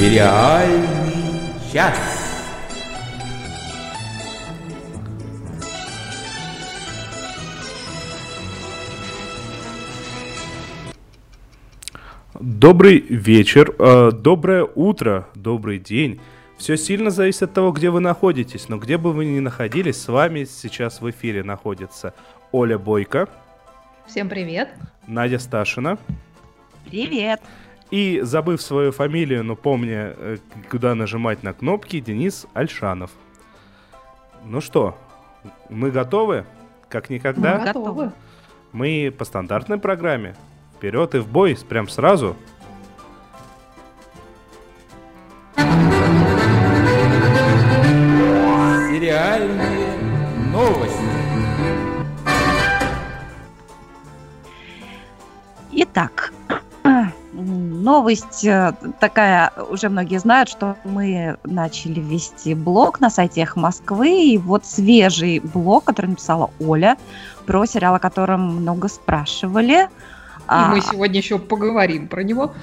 Сериальный час. Добрый вечер, доброе утро, добрый день. Все сильно зависит от того, где вы находитесь. Но где бы вы ни находились, с вами сейчас в эфире находится Оля Бойко. Всем привет. Надя Сташина. Привет. И, забыв свою фамилию, но помня, куда нажимать на кнопки, Денис Альшанов. Ну что, мы готовы? Как никогда? Мы готовы. Мы по стандартной программе. Вперед и в бой, прям сразу. Сериальные новости. Итак, новость такая, уже многие знают, что мы начали вести блог на сайте Эхо Москвы, и вот свежий блог, который написала Оля, про сериал, о котором много спрашивали. И мы сегодня еще поговорим про него.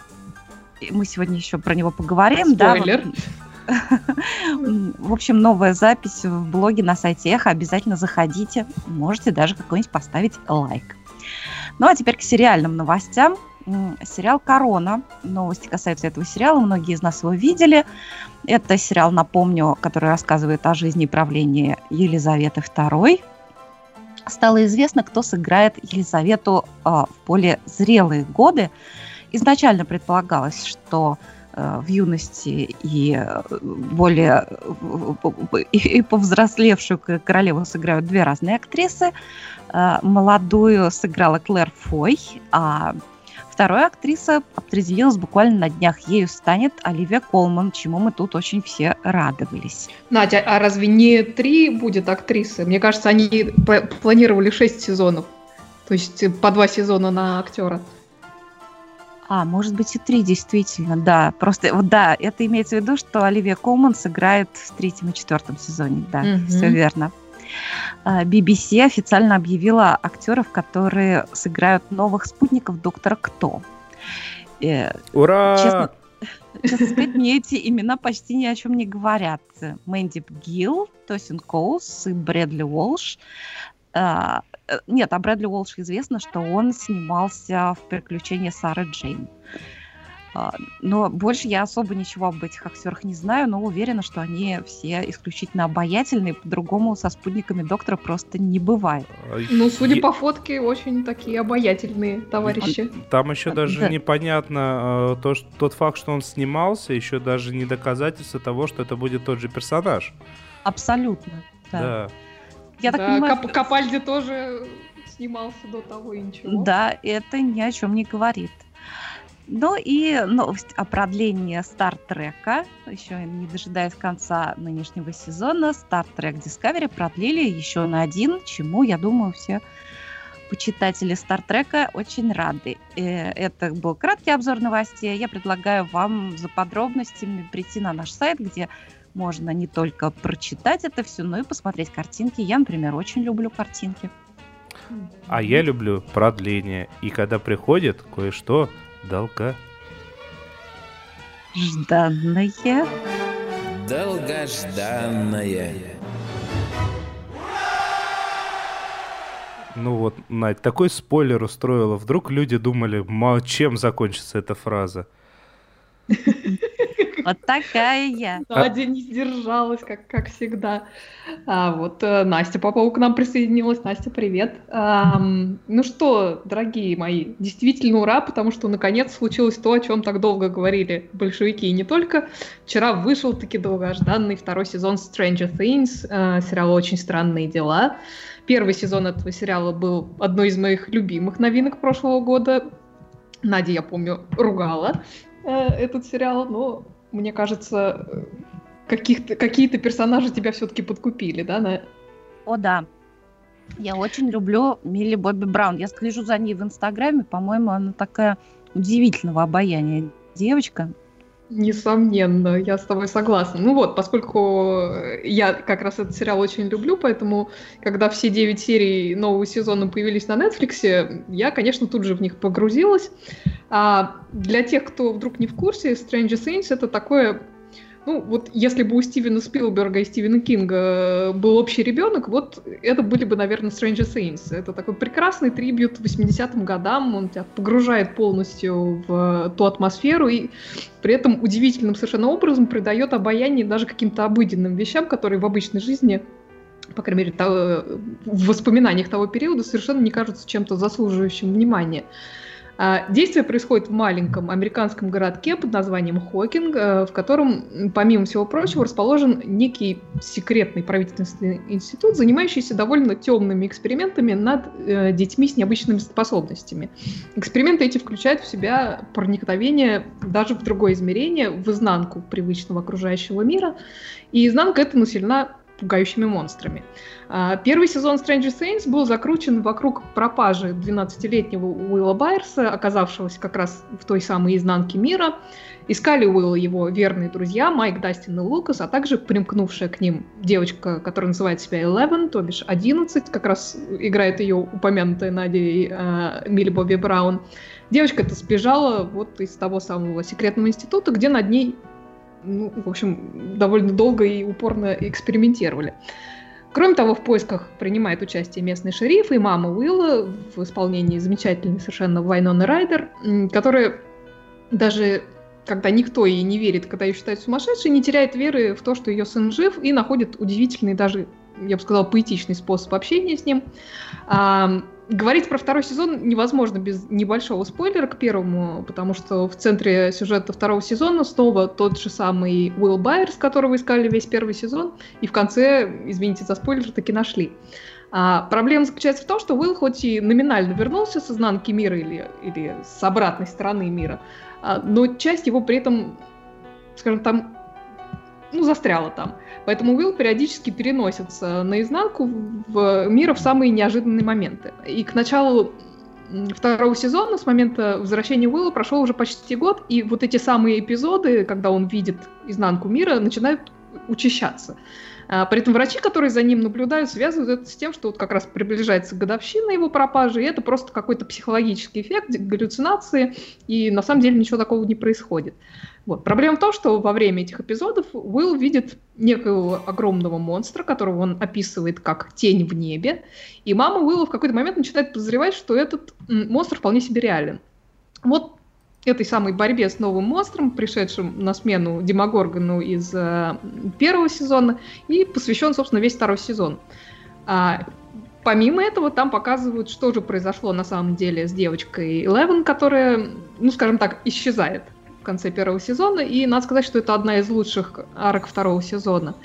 Спойлер. Да. В общем, новая запись в блоге на сайте Эхо. Обязательно заходите. Можете даже какой-нибудь поставить лайк. Ну, а теперь к сериальным новостям. Сериал «Корона». Новости касаются этого сериала. Многие из нас его видели. Это сериал, напомню, который рассказывает о жизни и правлении Елизаветы II. Стало известно, кто сыграет Елизавету в более зрелые годы. Изначально предполагалось, что в юности и более и повзрослевшую королеву сыграют две разные актрисы. Молодую сыграла Клэр Фой, а вторая актриса определилась буквально на днях. Ею станет Оливия Колман, чему мы тут очень все радовались. Надя, а разве не 3 будет актрисы? Мне кажется, они планировали 6 сезонов. То есть по 2 сезона на актера. Может быть и 3, действительно, да. Просто, вот да, это имеется в виду, что Оливия Колман сыграет в 3-м и 4-м сезоне, да, все верно. BBC официально объявила актеров, которые сыграют новых спутников Доктора Кто. Ура! Честно сказать, мне эти имена почти ни о чем не говорят. Мэнди Гилл, Тосин Коулс и Брэдли Уолш. Нет, о Брэдли Уолш известно, что он снимался в «Приключениях Сары Джейн». Но больше я особо ничего об этих актерах не знаю, но уверена, что они все исключительно обаятельные, по-другому со спутниками Доктора просто не бывает. Ну, судя по фотке, очень такие обаятельные товарищи. Там еще даже непонятно тот факт, что он снимался, еще даже не доказательство того, что это будет тот же персонаж. Абсолютно, да. Я так понимаю, Капальди тоже снимался до того и ничего. Да, это ни о чем не говорит. Ну и новость о продлении Стартрека. Еще не дожидаясь конца нынешнего сезона, Стартрек Discovery продлили еще на 1, чему, я думаю, все почитатели Стартрека очень рады. Это был краткий обзор новостей. Я предлагаю вам за подробностями прийти на наш сайт, где можно не только прочитать это все, но и посмотреть картинки. Я, например, очень люблю картинки. А я люблю продление. И когда приходит кое-что Долгожданное. Ну вот, Надь, такой спойлер устроила. Вдруг люди думали, чем закончится эта фраза. Вот такая я. Надя не сдержалась, как всегда. Вот Настя Попова к нам присоединилась. Настя, привет. Ну что, дорогие мои, действительно ура, потому что наконец случилось то, о чем так долго говорили большевики и не только. Вчера вышел таки долгожданный 2-й сезон Stranger Things, сериала «Очень странные дела». Первый сезон этого сериала был одной из моих любимых новинок прошлого года. Надя, я помню, ругала этот сериал, но мне кажется, какие-то персонажи тебя все-таки подкупили, да? О, да. Я очень люблю Милли Бобби Браун. Я слежу за ней в Инстаграме. По-моему, она такая удивительного обаяния девочка. Несомненно, я с тобой согласна. Ну вот, поскольку я как раз этот сериал очень люблю, поэтому, когда все 9 серий нового сезона появились на Netflix, я, конечно, тут же в них погрузилась. А для тех, кто вдруг не в курсе, Stranger Things — это такое... Ну, вот если бы у Стивена Спилберга и Стивена Кинга был общий ребенок, вот это были бы, наверное, Stranger Things. Это такой прекрасный трибьют 80-м годам, он тебя погружает полностью в ту атмосферу и при этом удивительным совершенно образом придает обаяние даже каким-то обыденным вещам, которые в обычной жизни, по крайней мере, в воспоминаниях того периода совершенно не кажутся чем-то заслуживающим внимания. Действие происходит в маленьком американском городке под названием Хокинг, в котором, помимо всего прочего, расположен некий секретный правительственный институт, занимающийся довольно темными экспериментами над детьми с необычными способностями. Эксперименты эти включают в себя проникновение даже в другое измерение, в изнанку привычного окружающего мира, и изнанка эта населена пугающими монстрами. Первый сезон Stranger Things был закручен вокруг пропажи 12-летнего Уилла Байерса, оказавшегося как раз в той самой изнанке мира. Искали Уилла его верные друзья Майк, Дастин и Лукас, а также примкнувшая к ним девочка, которая называет себя 11, то бишь 11, как раз играет ее упомянутая Надей Милли Бобби Браун. Девочка эта сбежала вот из того самого секретного института, где над ней, ну, в общем, довольно долго и упорно экспериментировали. Кроме того, в поисках принимает участие местный шериф и мама Уилла в исполнении замечательной совершенно Вайноны Райдер, которая даже когда никто ей не верит, когда ее считают сумасшедшей, не теряет веры в то, что ее сын жив, и находит удивительный, даже, я бы сказала, поэтичный способ общения с ним. Говорить про второй сезон невозможно без небольшого спойлера к первому, потому что в центре сюжета второго сезона снова тот же самый Уилл Байерс, которого искали весь первый сезон, и в конце, извините за спойлер, таки нашли. Проблема заключается в том, что Уилл хоть и номинально вернулся с изнанки мира или с обратной стороны мира, но часть его при этом, скажем, там, застряла там. Поэтому Уилл периодически переносится наизнанку в мира в самые неожиданные моменты. И к началу второго сезона, с момента возвращения Уилла, прошел уже почти год, и вот эти самые эпизоды, когда он видит изнанку мира, начинают учащаться. При этом врачи, которые за ним наблюдают, связывают это с тем, что вот как раз приближается годовщина его пропажи, и это просто какой-то психологический эффект, галлюцинации, и на самом деле ничего такого не происходит. Вот. Проблема в том, что во время этих эпизодов Уилл видит некого огромного монстра, которого он описывает как тень в небе, и мама Уилла в какой-то момент начинает подозревать, что этот монстр вполне себе реален. Вот этой самой борьбе с новым монстром, пришедшим на смену Демогоргону из первого сезона, и посвящен, собственно, весь второй сезон. Помимо этого, там показывают, что же произошло на самом деле с девочкой 11, которая, скажем так, исчезает в конце первого сезона, и надо сказать, что это одна из лучших арок второго сезона.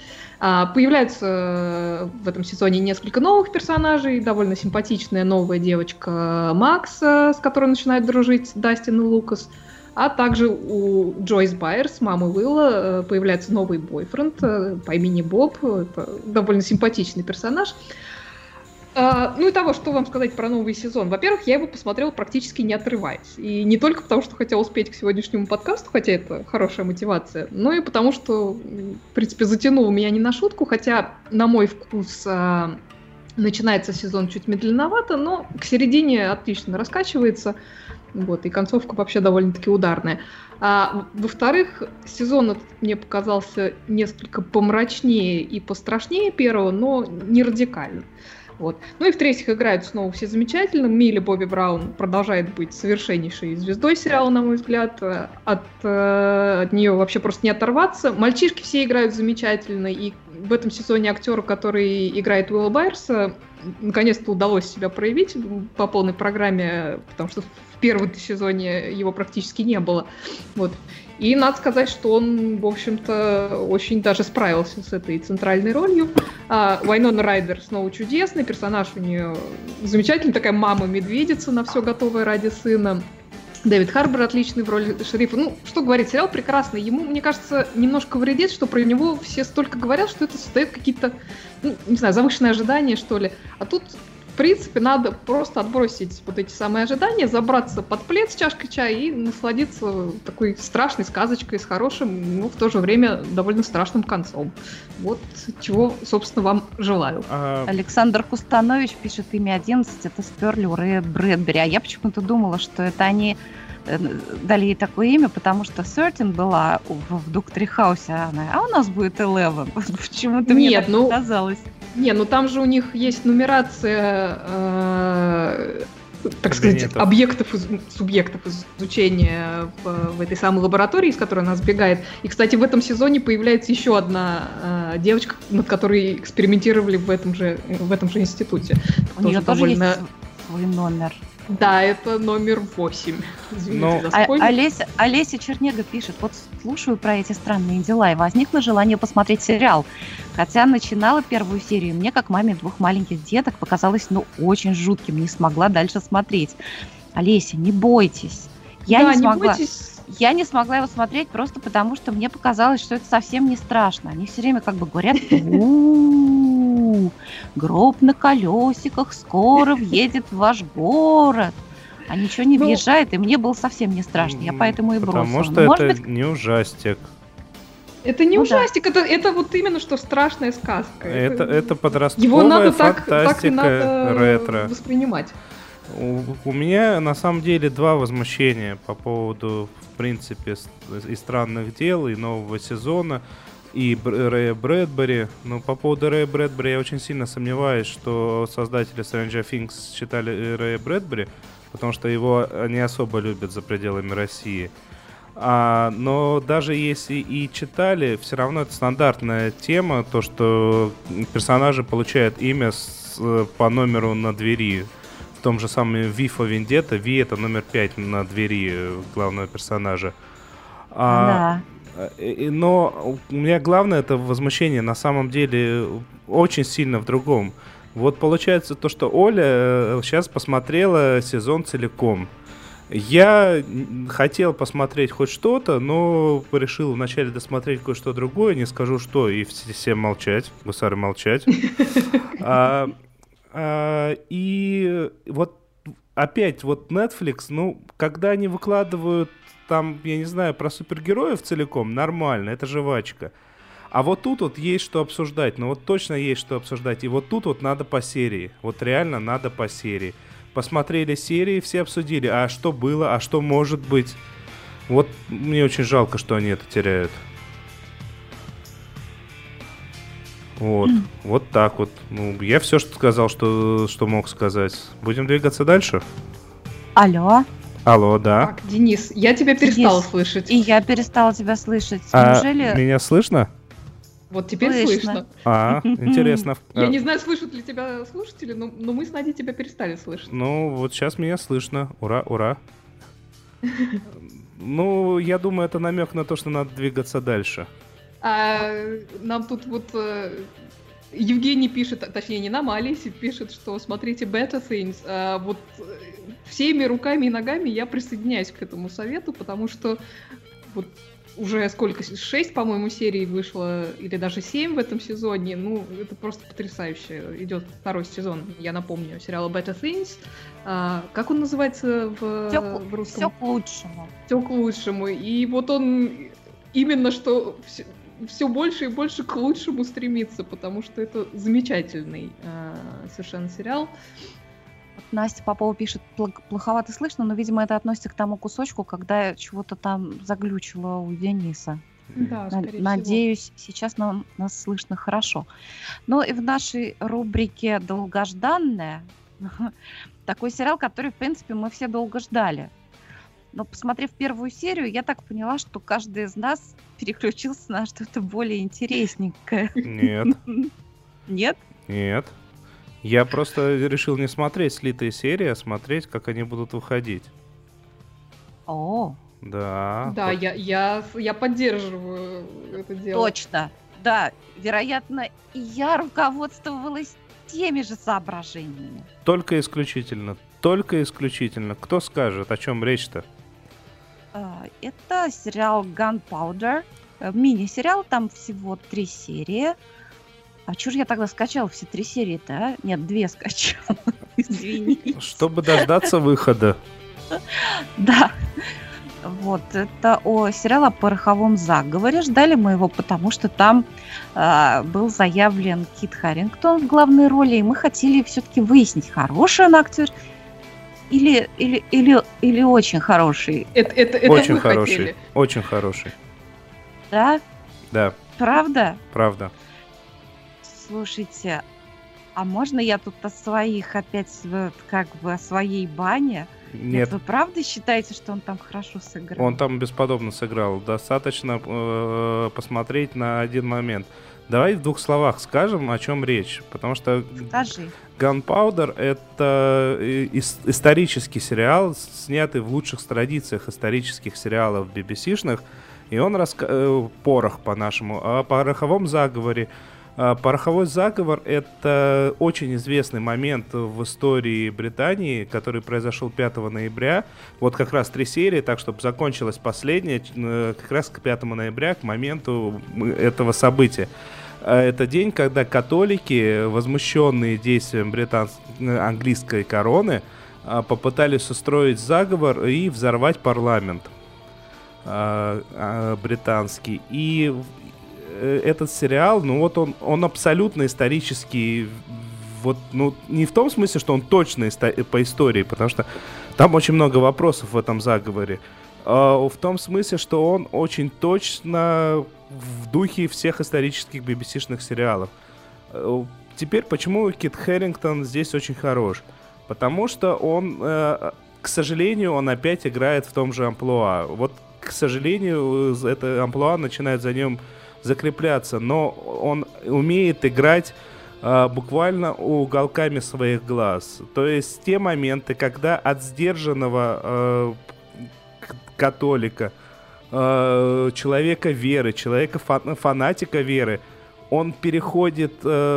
Появляется в этом сезоне несколько новых персонажей, довольно симпатичная новая девочка Макс, с которой начинает дружить Дастин и Лукас, а также у Джойс Байерс, мамы Уилла, появляется новый бойфренд по имени Боб, довольно симпатичный персонаж. И того, что вам сказать про новый сезон. Во-первых, я его посмотрела практически не отрываясь. И не только потому, что хотела успеть к сегодняшнему подкасту, хотя это хорошая мотивация, но и потому, что, в принципе, затянул меня не на шутку, хотя, на мой вкус, начинается сезон чуть медленновато, но к середине отлично раскачивается. Вот, и концовка вообще довольно-таки ударная. Во-вторых, сезон этот мне показался несколько помрачнее и пострашнее первого, но не радикально. Вот. И в-третьих, играют снова все замечательно. Милли Бобби Браун продолжает быть совершеннейшей звездой сериала, на мой взгляд. От нее вообще просто не оторваться. Мальчишки все играют замечательно, и в этом сезоне актеру, который играет Уилла Байерса, наконец-то удалось себя проявить по полной программе, потому что в первом сезоне его практически не было. Вот. И надо сказать, что он, в общем-то, очень даже справился с этой центральной ролью. Вайнона Райдер снова чудесный, персонаж у нее замечательный, такая мама-медведица на все готовое ради сына. Дэвид Харбор отличный в роли шерифа. Что говорить, сериал прекрасный. Ему, мне кажется, немножко вредит, что про него все столько говорят, что это создает какие-то, не знаю, завышенные ожидания, что ли. А тут в принципе, надо просто отбросить вот эти самые ожидания, забраться под плед с чашкой чая и насладиться такой страшной сказочкой с хорошим, но в то же время довольно страшным концом. Вот чего, собственно, вам желаю. Александр Кустанович пишет, имя 11, это сперли у Рэя Брэдбери. А я почему-то думала, что это они дали ей такое имя, потому что Certain была в Докторе Хаусе, а у нас будет 11. Почему-то мне так показалось. Не, ну там же у них есть нумерация, так сказать, субъектов изучения в этой самой лаборатории, из которой она сбегает. И, кстати, в этом сезоне появляется еще одна девочка, над которой экспериментировали в этом же институте. У нее тоже есть свой номер. Да, это номер 8. Извините за спойлер. Олеся Чернега пишет, вот слушаю про эти странные дела, и возникло желание посмотреть сериал. Хотя начинала первую серию, мне, как маме двух маленьких деток, показалось, очень жутким, не смогла дальше смотреть. Олеся, не бойтесь. Я не смогла его смотреть просто потому, что мне показалось, что это совсем не страшно. Они все время как бы говорят, гроб на колесиках скоро въедет в ваш город. А ничего не въезжает, и мне было совсем не страшно. Я поэтому и бросила. Потому что это не ужастик. Это не ужастик, это вот именно что страшная сказка. Это подростковая фантастика ретро. Воспринимать. У меня на самом деле два возмущения по поводу, в принципе, и странных дел, и нового сезона, и Рэя Брэдбери. Но по поводу Рэя Брэдбери я очень сильно сомневаюсь, что создатели Stranger Things читали Рэя Брэдбери, потому что его не особо любят за пределами России. Но даже если и читали, все равно это стандартная тема, то, что персонажи получают имя по номеру на двери. В том же самом V for Vendetta. V — это номер 5 на двери главного персонажа. Да. Но у меня главное это возмущение на самом деле очень сильно в другом. Вот получается то, что Оля сейчас посмотрела сезон целиком. Я хотел посмотреть хоть что-то, но решил вначале досмотреть кое-что другое, не скажу что, и всем молчать, гусары молчать. И вот опять вот Netflix, когда они выкладывают там, я не знаю, про супергероев целиком, нормально, это жвачка. А вот тут вот есть что обсуждать, точно есть что обсуждать. И вот тут вот надо по серии, вот реально надо по серии. Посмотрели серии, все обсудили, а что было, а что может быть. Вот мне очень жалко, что они это теряют. Вот так вот. Я все, что сказал, что мог сказать. Будем двигаться дальше? Алло, да. Так, Денис, я тебя перестала слышать. И я перестала тебя слышать. Неужели... Меня слышно? Вот теперь слышно. Интересно. Я не знаю, слышат ли тебя слушатели, но мы с Надей тебя перестали слышать. Вот сейчас меня слышно. Ура, ура. Я думаю, это намек на то, что надо двигаться дальше. Нам тут Евгений пишет, точнее не нам, а Олеся пишет, что смотрите Better Things. Вот всеми руками и ногами я присоединяюсь к этому совету, потому что вот уже 6, по-моему, серий вышло, или даже 7 в этом сезоне. Это просто потрясающе. Идет второй сезон, я напомню, сериала Better Things. Как он называется в русском? Все к лучшему. Все к лучшему. И вот он именно что все больше и больше к лучшему стремится, потому что это замечательный совершенно сериал. Настя Попова пишет, плоховато слышно, но, видимо, это относится к тому кусочку, когда чего-то там заглючило у Дениса. Да, надеюсь, сейчас нас слышно хорошо. И в нашей рубрике «Долгожданное» такой сериал, который, в принципе, мы все долго ждали. Но, посмотрев первую серию, я так поняла, что каждый из нас переключился на что-то более интересненькое. Нет. Нет? Нет. Я просто решил не смотреть слитые серии, а смотреть, как они будут выходить. О. Да. Да, я поддерживаю это дело. Точно. Да, вероятно, я руководствовалась теми же соображениями. Только исключительно. Кто скажет, о чем речь-то? Это сериал Gunpowder. Мини-сериал, там всего 3 серии. А чё же я тогда скачала все 3 серии-то, а? Нет, 2 скачала. Извини. Чтобы дождаться выхода. Да. Вот, это сериал о пороховом заговоре. Ждали мы его, потому что там был заявлен Кит Харингтон в главной роли, и мы хотели все-таки выяснить, хороший он актер или очень хороший. Это Очень вы хороший. хотели. Очень хороший. Да? Да, Правда? правда. Слушайте, а можно я тут о своих опять как бы о своей бане? Нет, Вы правда считаете, что он там хорошо сыграл? он там бесподобно сыграл. Достаточно посмотреть на один момент. Давай в 2 словах скажем, о чем речь. Потому что Скажи. Gunpowder — это исторический сериал, снятый в лучших традициях исторических сериалов BBC-шных. И он порох по-нашему, о пороховом заговоре. Пороховой заговор — это очень известный момент в истории Британии, который произошел 5 ноября. Вот как раз 3 серии, так чтобы закончилась последняя, как раз к 5 ноября, к моменту этого события. Это день, когда католики, возмущенные действием английской короны, попытались устроить заговор и взорвать парламент британский. И этот сериал, ну вот он абсолютно исторический, вот, ну, не в том смысле, что он точно по истории, потому что там очень много вопросов в этом заговоре, а в том смысле, что он очень точно в духе всех исторических BBC-шных сериалов. Теперь, почему Кит Хэрингтон здесь очень хорош? Потому что он, к сожалению, он опять играет в том же амплуа. Вот, к сожалению, это амплуа начинает за ним закрепляться, но он умеет играть буквально уголками своих глаз. То есть те моменты, когда от сдержанного католика, человека веры, человека-фанатика веры, он переходит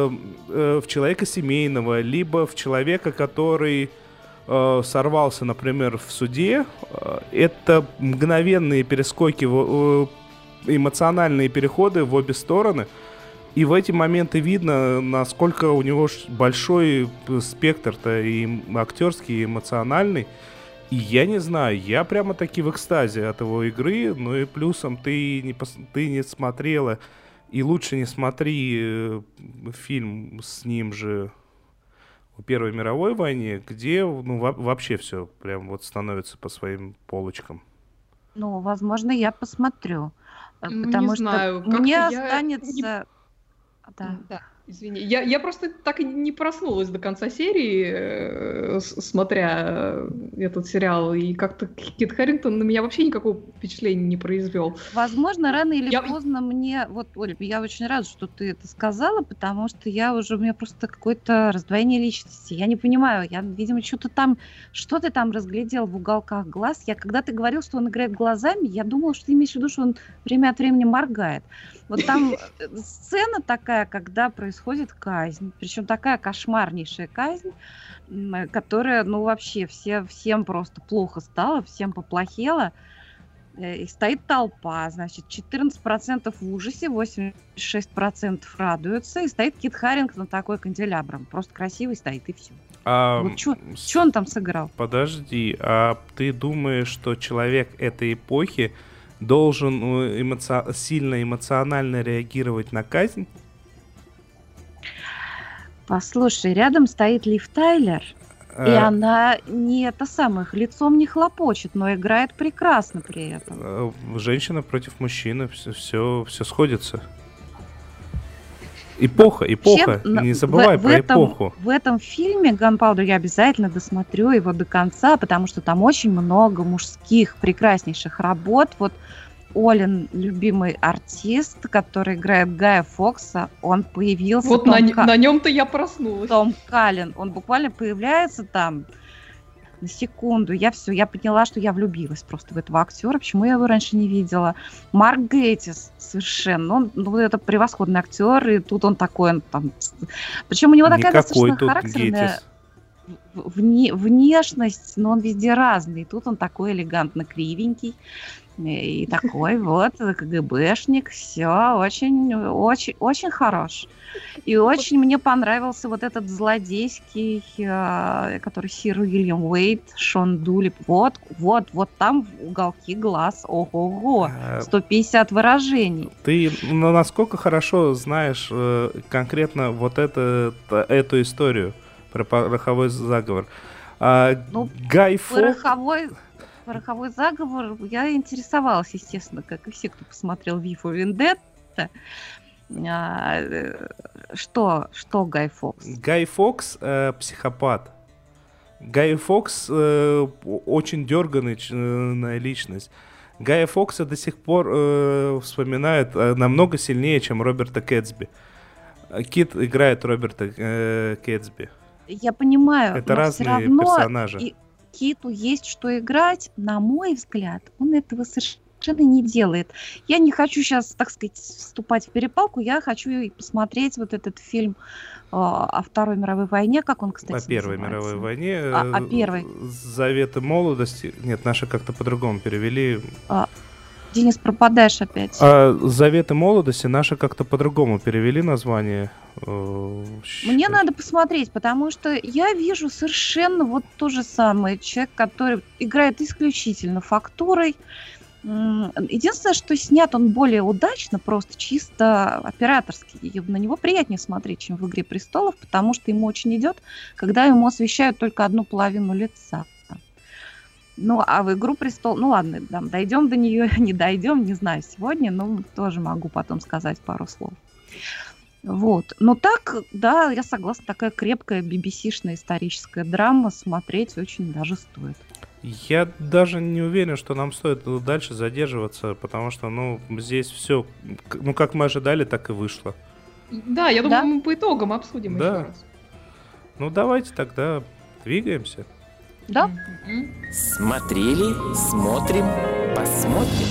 в человека семейного, либо в человека, который сорвался, например, в суде. Это мгновенные перескоки, эмоциональные переходы в обе стороны. И в эти моменты видно, насколько у него большой спектр-то и актерский, и эмоциональный. И я не знаю, я прямо-таки в экстазе от его игры. Ну и плюсом ты не смотрела, и лучше не смотри фильм с ним же о Первой мировой войне, где вообще все прям вот становится по своим полочкам. Ну, возможно, я посмотрю. Ну, Потому не знаю, что как-то мне я останется... Да. Да, извини. Я просто так и не проснулась до конца серии, смотря этот сериал, и как-то Кит Хэрингтон на меня вообще никакого впечатления не произвел. Возможно, рано или поздно мне... Вот, Оля, я очень рада, что ты это сказала, потому что у меня просто какое-то раздвоение личности. Я не понимаю, видимо, что ты там разглядел в уголках глаз. Когда ты говорил, что он играет глазами, я думала, что ты имеешь в виду, что он время от времени моргает. Вот там сцена такая, когда происходит казнь, причем такая кошмарнейшая казнь, которая, вообще всем просто плохо стало, всем поплохело. И стоит толпа, значит, 14% в ужасе, 86% радуются, и стоит Кит Харингтон такой канделябром, просто красивый стоит, и все. Вот что он там сыграл? Подожди, а ты думаешь, что человек этой эпохи должен сильно эмоционально реагировать на казнь? Послушай, рядом стоит Лив Тайлер, и она лицом не хлопочет, но играет прекрасно при этом. Женщина против мужчины, все сходится. Эпоха, не забывай про эпоху. В этом фильме Gunpowder я обязательно досмотрю его до конца, потому что там очень много мужских прекраснейших работ. Вот Олин, любимый артист, который играет Гая Фокса, он появился... Вот на нем-то я проснулась. Том Каллен, он буквально появляется там на секунду. Я поняла, что я влюбилась просто в этого актера. Почему я его раньше не видела? Марк Гейтис совершенно. Это превосходный актер, и тут он такой... Причем у него такая достаточно характерная внешность, но он везде разный. Тут он такой элегантно кривенький. И такой вот КГБшник, все очень, очень, очень хорош. И очень мне понравился вот этот злодейский, который сир Уильям Уэйт, Шон Дулип. Вот там уголки глаз, ого-го, 150 выражений. Ты насколько хорошо знаешь конкретно вот эту историю про пороховой заговор? Гай Фокс... Пороховой заговор, я интересовалась, естественно, как и все, кто посмотрел «Ви фор Вендетта». Что Гай Фокс? Гай Фокс психопат. Гай Фокс очень дерганная личность. Гая Фокса до сих пор вспоминают намного сильнее, чем Роберта Кэтсби. Кит играет Роберта Кэтсби. Я понимаю, это но разные все равно персонажи. Киту есть что играть, на мой взгляд, он этого совершенно не делает. Я не хочу сейчас, так сказать, вступать в перепалку, я хочу посмотреть вот этот фильм о Второй мировой войне, как он, кстати, о Первой называется? мировой войне. О Первой. Заветы молодости. Нет, наши как-то по-другому перевели. Денис, пропадаешь опять. Заветы молодости наши как-то по-другому перевели название. Мне надо посмотреть, потому что я вижу совершенно вот то же самое. Человек, который играет исключительно фактурой. Единственное, что снят он более удачно, просто чисто операторски. И на него приятнее смотреть, чем в «Игре престолов», потому что ему очень идет, когда ему освещают только одну половину лица. Ну, а в «Игру престолов», ну ладно, дойдем до нее, не дойдем, не знаю сегодня, но тоже могу потом сказать пару слов. Вот. Но так, да, я согласна, такая крепкая BBC-шная историческая драма смотреть очень даже стоит. Я даже не уверен, что нам стоит дальше задерживаться, потому что, здесь все, как мы ожидали, так и вышло. Да, я думаю, мы по итогам обсудим еще раз. Ну, давайте тогда двигаемся. Да? Смотрели, смотрим, посмотрим.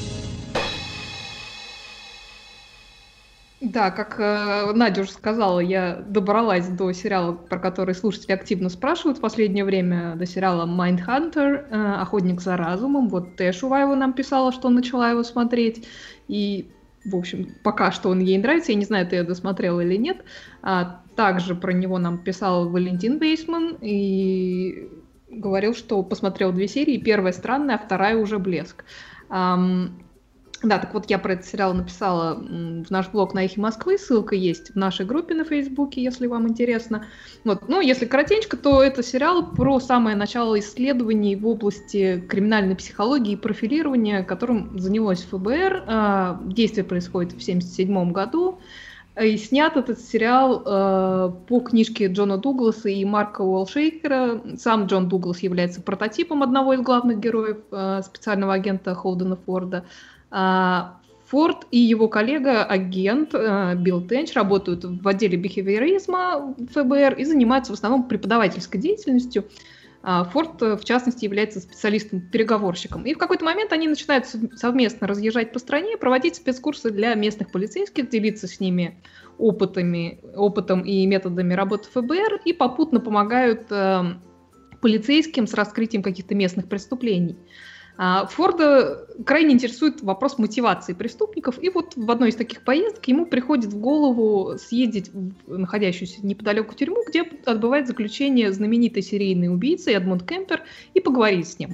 Да, как Надя уже сказала, я добралась до сериала, про который слушатели активно спрашивают в последнее время, до сериала «Майндхантер», «Охотник за разумом». Вот Тэш Уваева нам писала, что начала его смотреть, и, в общем, пока что он ей нравится, я не знаю, ты ее досмотрела или нет. Также про него нам писал Валентин Бейсман, и говорил, что посмотрел 2 серии, первая странная, а вторая уже блеск. Да, так вот я про этот сериал написала в наш блог на Эхе Москвы, ссылка есть в нашей группе на Фейсбуке, если вам интересно. Вот. Ну, если коротенько, то это сериал про самое начало исследований в области криминальной психологии и профилирования, которым занялось ФБР. Действие происходит в 1977 году. И снят этот сериал по книжке Джона Дугласа и Марка Уолшейкера. Сам Джон Дуглас является прототипом одного из главных героев, специального агента Холдена Форда. Форд и его коллега-агент Билл Тенч работают в отделе бихевиоризма ФБР и занимаются в основном преподавательской деятельностью. Форд, в частности, является специалистом-переговорщиком. И в какой-то момент они начинают совместно разъезжать по стране, проводить спецкурсы для местных полицейских, делиться с ними опытом и методами работы ФБР и попутно помогают полицейским с раскрытием каких-то местных преступлений. Форда крайне интересует вопрос мотивации преступников, и вот в одной из таких поездок ему приходит в голову съездить в находящуюся неподалеку тюрьму, где отбывает заключение знаменитый серийный убийца Эдмунд Кемпер, и поговорить с ним.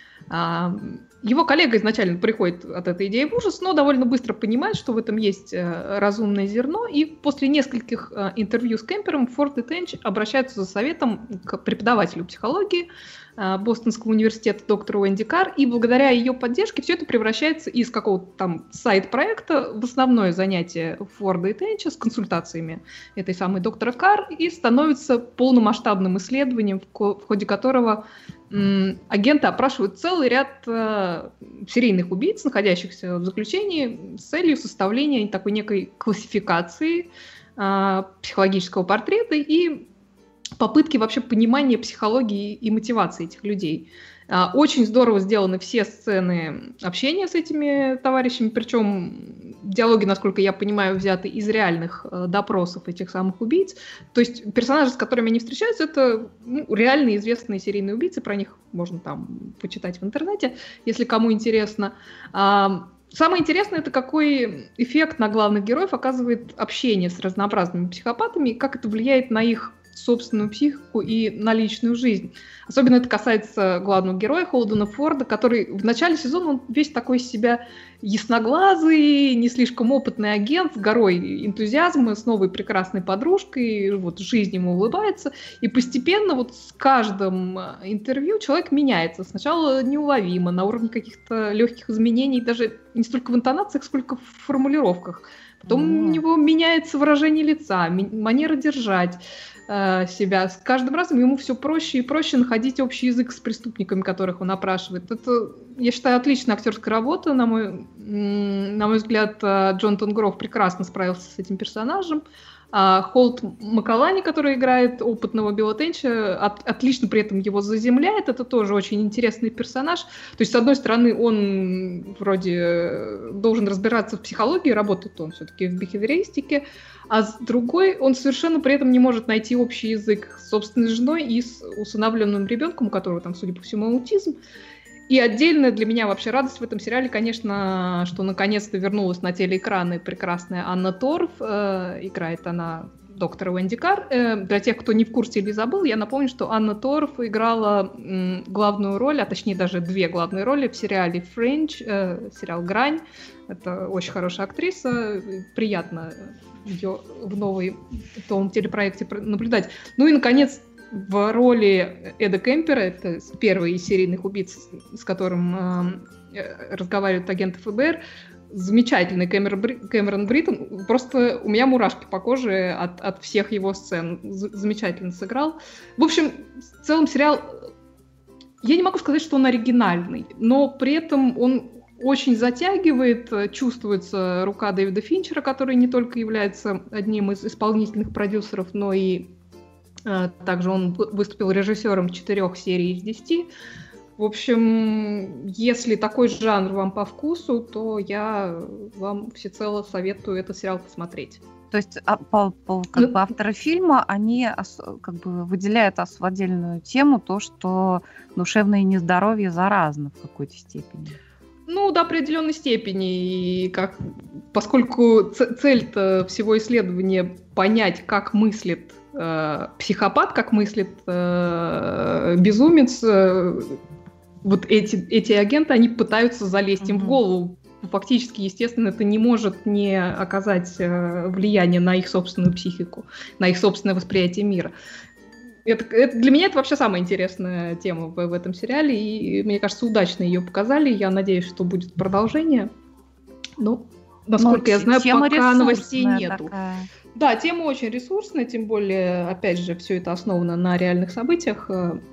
Его коллега изначально приходит от этой идеи в ужас, но довольно быстро понимает, что в этом есть разумное зерно, и после нескольких интервью с Кемпером Форд и Тенч обращаются за советом к преподавателю психологии Бостонского университета доктору Уэнди Карр, и благодаря ее поддержке все это превращается из какого-то там сайд-проекта в основное занятие Форда и Тенча с консультациями этой самой доктора Карр и становится полномасштабным исследованием, в ходе которого агенты опрашивают целый ряд серийных убийц, находящихся в заключении, с целью составления такой некой классификации психологического портрета и попытки вообще понимания психологии и мотивации этих людей. Очень здорово сделаны все сцены общения с этими товарищами, причем диалоги, насколько я понимаю, взяты из реальных допросов этих самых убийц. То есть персонажи, с которыми они встречаются, это реальные известные серийные убийцы, про них можно там почитать в интернете, если кому интересно. Самое интересное, это какой эффект на главных героев оказывает общение с разнообразными психопатами, и как это влияет на их собственную психику и на личную жизнь. Особенно это касается главного героя Холдена Форда, который в начале сезона он весь такой из себя ясноглазый, не слишком опытный агент с горой энтузиазма, с новой прекрасной подружкой, вот жизнь ему улыбается, и постепенно вот с каждым интервью человек меняется. Сначала неуловимо, на уровне каких-то легких изменений, даже не столько в интонациях, сколько в формулировках. Потом у него меняется выражение лица, манера держать себя. С каждым разом ему все проще и проще находить общий язык с преступниками, которых он опрашивает. Это, я считаю, отличная актерская работа. На мой взгляд, Джонатан Гроф прекрасно справился с этим персонажем. Холт Макалани, который играет опытного Билла Тенча, отлично при этом его заземляет. Это тоже очень интересный персонаж. То есть, с одной стороны, он вроде должен разбираться в психологии, работает он все-таки в бихевиористике, а с другой, он совершенно при этом не может найти общий язык с собственной женой и с усыновленным ребенком, у которого там, судя по всему, аутизм. И отдельная для меня вообще радость в этом сериале, конечно, что наконец-то вернулась на телеэкраны прекрасная Анна Торф. Играет она доктора Уэнди Карр. Для тех, кто не в курсе или забыл, я напомню, что Анна Торф играла главную роль, а точнее даже две главные роли в сериале «Френч», сериал «Грань». Это очень хорошая актриса, приятно ее в новом телепроекте наблюдать. Ну и, наконец, в роли Эда Кемпера, это первый из серийных убийц, с которым разговаривают агенты ФБР, замечательный Кэмерон Бриттон. Просто у меня мурашки по коже от всех его сцен. Замечательно сыграл. В общем, в целом сериал... Я не могу сказать, что он оригинальный, но при этом он очень затягивает. Чувствуется рука Дэвида Финчера, который не только является одним из исполнительных продюсеров, но и также он выступил режиссером 4 серий из 10. В общем, если такой жанр вам по вкусу, то я вам всецело советую этот сериал посмотреть. То есть авторы фильма, они как бы выделяют в отдельную тему то, что душевное нездоровье заразно в какой-то степени. Ну, до определенной степени. И поскольку цель-то всего исследования понять, как мыслит психопат, как мыслит безумец, вот эти агенты, они пытаются залезть им в голову. Фактически, естественно, это не может не оказать влияние на их собственную психику, на их собственное восприятие мира. Для меня это вообще самая интересная тема в этом сериале, и мне кажется, удачно ее показали. Я надеюсь, что будет продолжение. Но, насколько я знаю, пока новостей нету. Такая. Да, тема очень ресурсная, тем более, опять же, все это основано на реальных событиях,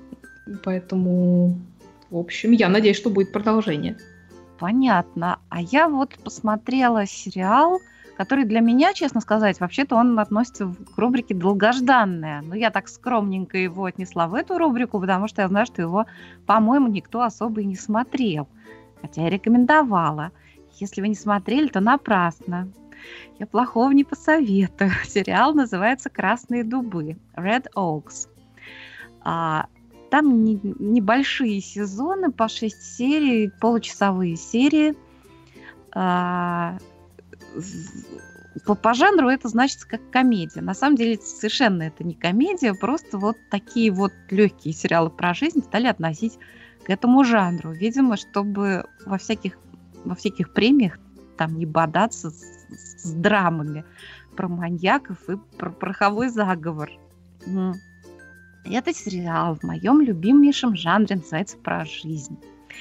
поэтому, в общем, я надеюсь, что будет продолжение. Понятно. А я вот посмотрела сериал, который для меня, честно сказать, вообще-то он относится к рубрике «Долгожданная». Но я так скромненько его отнесла в эту рубрику, потому что я знаю, что его, по-моему, никто особо и не смотрел. Хотя я рекомендовала. Если вы не смотрели, то напрасно. Я плохого не посоветую. Сериал называется «Красные дубы» Red Oaks. Там небольшие сезоны, по 6 серий, получасовые серии. По жанру это значит как комедия. На самом деле совершенно это не комедия, просто вот такие вот легкие сериалы про жизнь стали относить к этому жанру. Видимо, чтобы во всяких премиях там не бодаться с драмами про маньяков и про пороховой заговор. Этот сериал в моем любимейшем жанре называется «Про жизнь».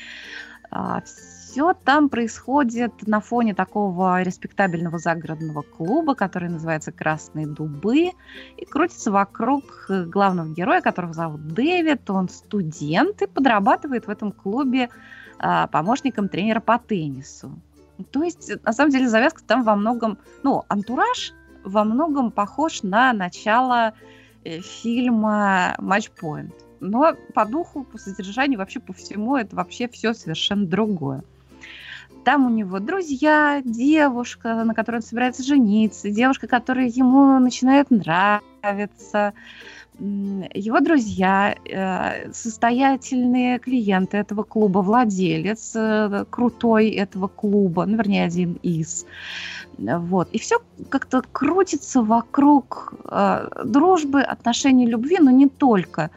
Все там происходит на фоне такого респектабельного загородного клуба, который называется «Красные дубы», и крутится вокруг главного героя, которого зовут Дэвид. Он студент и подрабатывает в этом клубе помощником тренера по теннису. То есть, на самом деле, завязка там во многом... антураж во многом похож на начало фильма «Матчпоинт». Но по духу, по содержанию, вообще по всему, это вообще все совершенно другое. Там у него друзья, девушка, на которой он собирается жениться, девушка, которая ему начинает нравиться, его друзья, состоятельные клиенты этого клуба, владелец крутой этого клуба, ну, вернее, один из. Вот. И все как-то крутится вокруг дружбы, отношений, любви, но не только.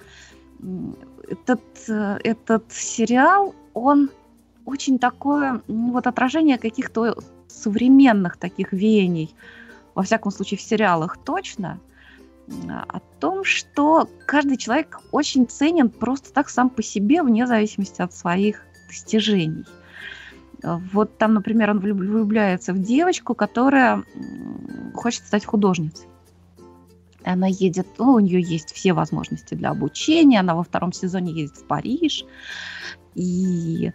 Этот сериал, он очень такое вот отражение каких-то современных таких веяний, во всяком случае в сериалах точно, о том, что каждый человек очень ценен просто так сам по себе, вне зависимости от своих достижений. Вот там, например, он влюбляется в девочку, которая хочет стать художницей. Она едет, у нее есть все возможности для обучения, она во 2 сезоне едет в Париж и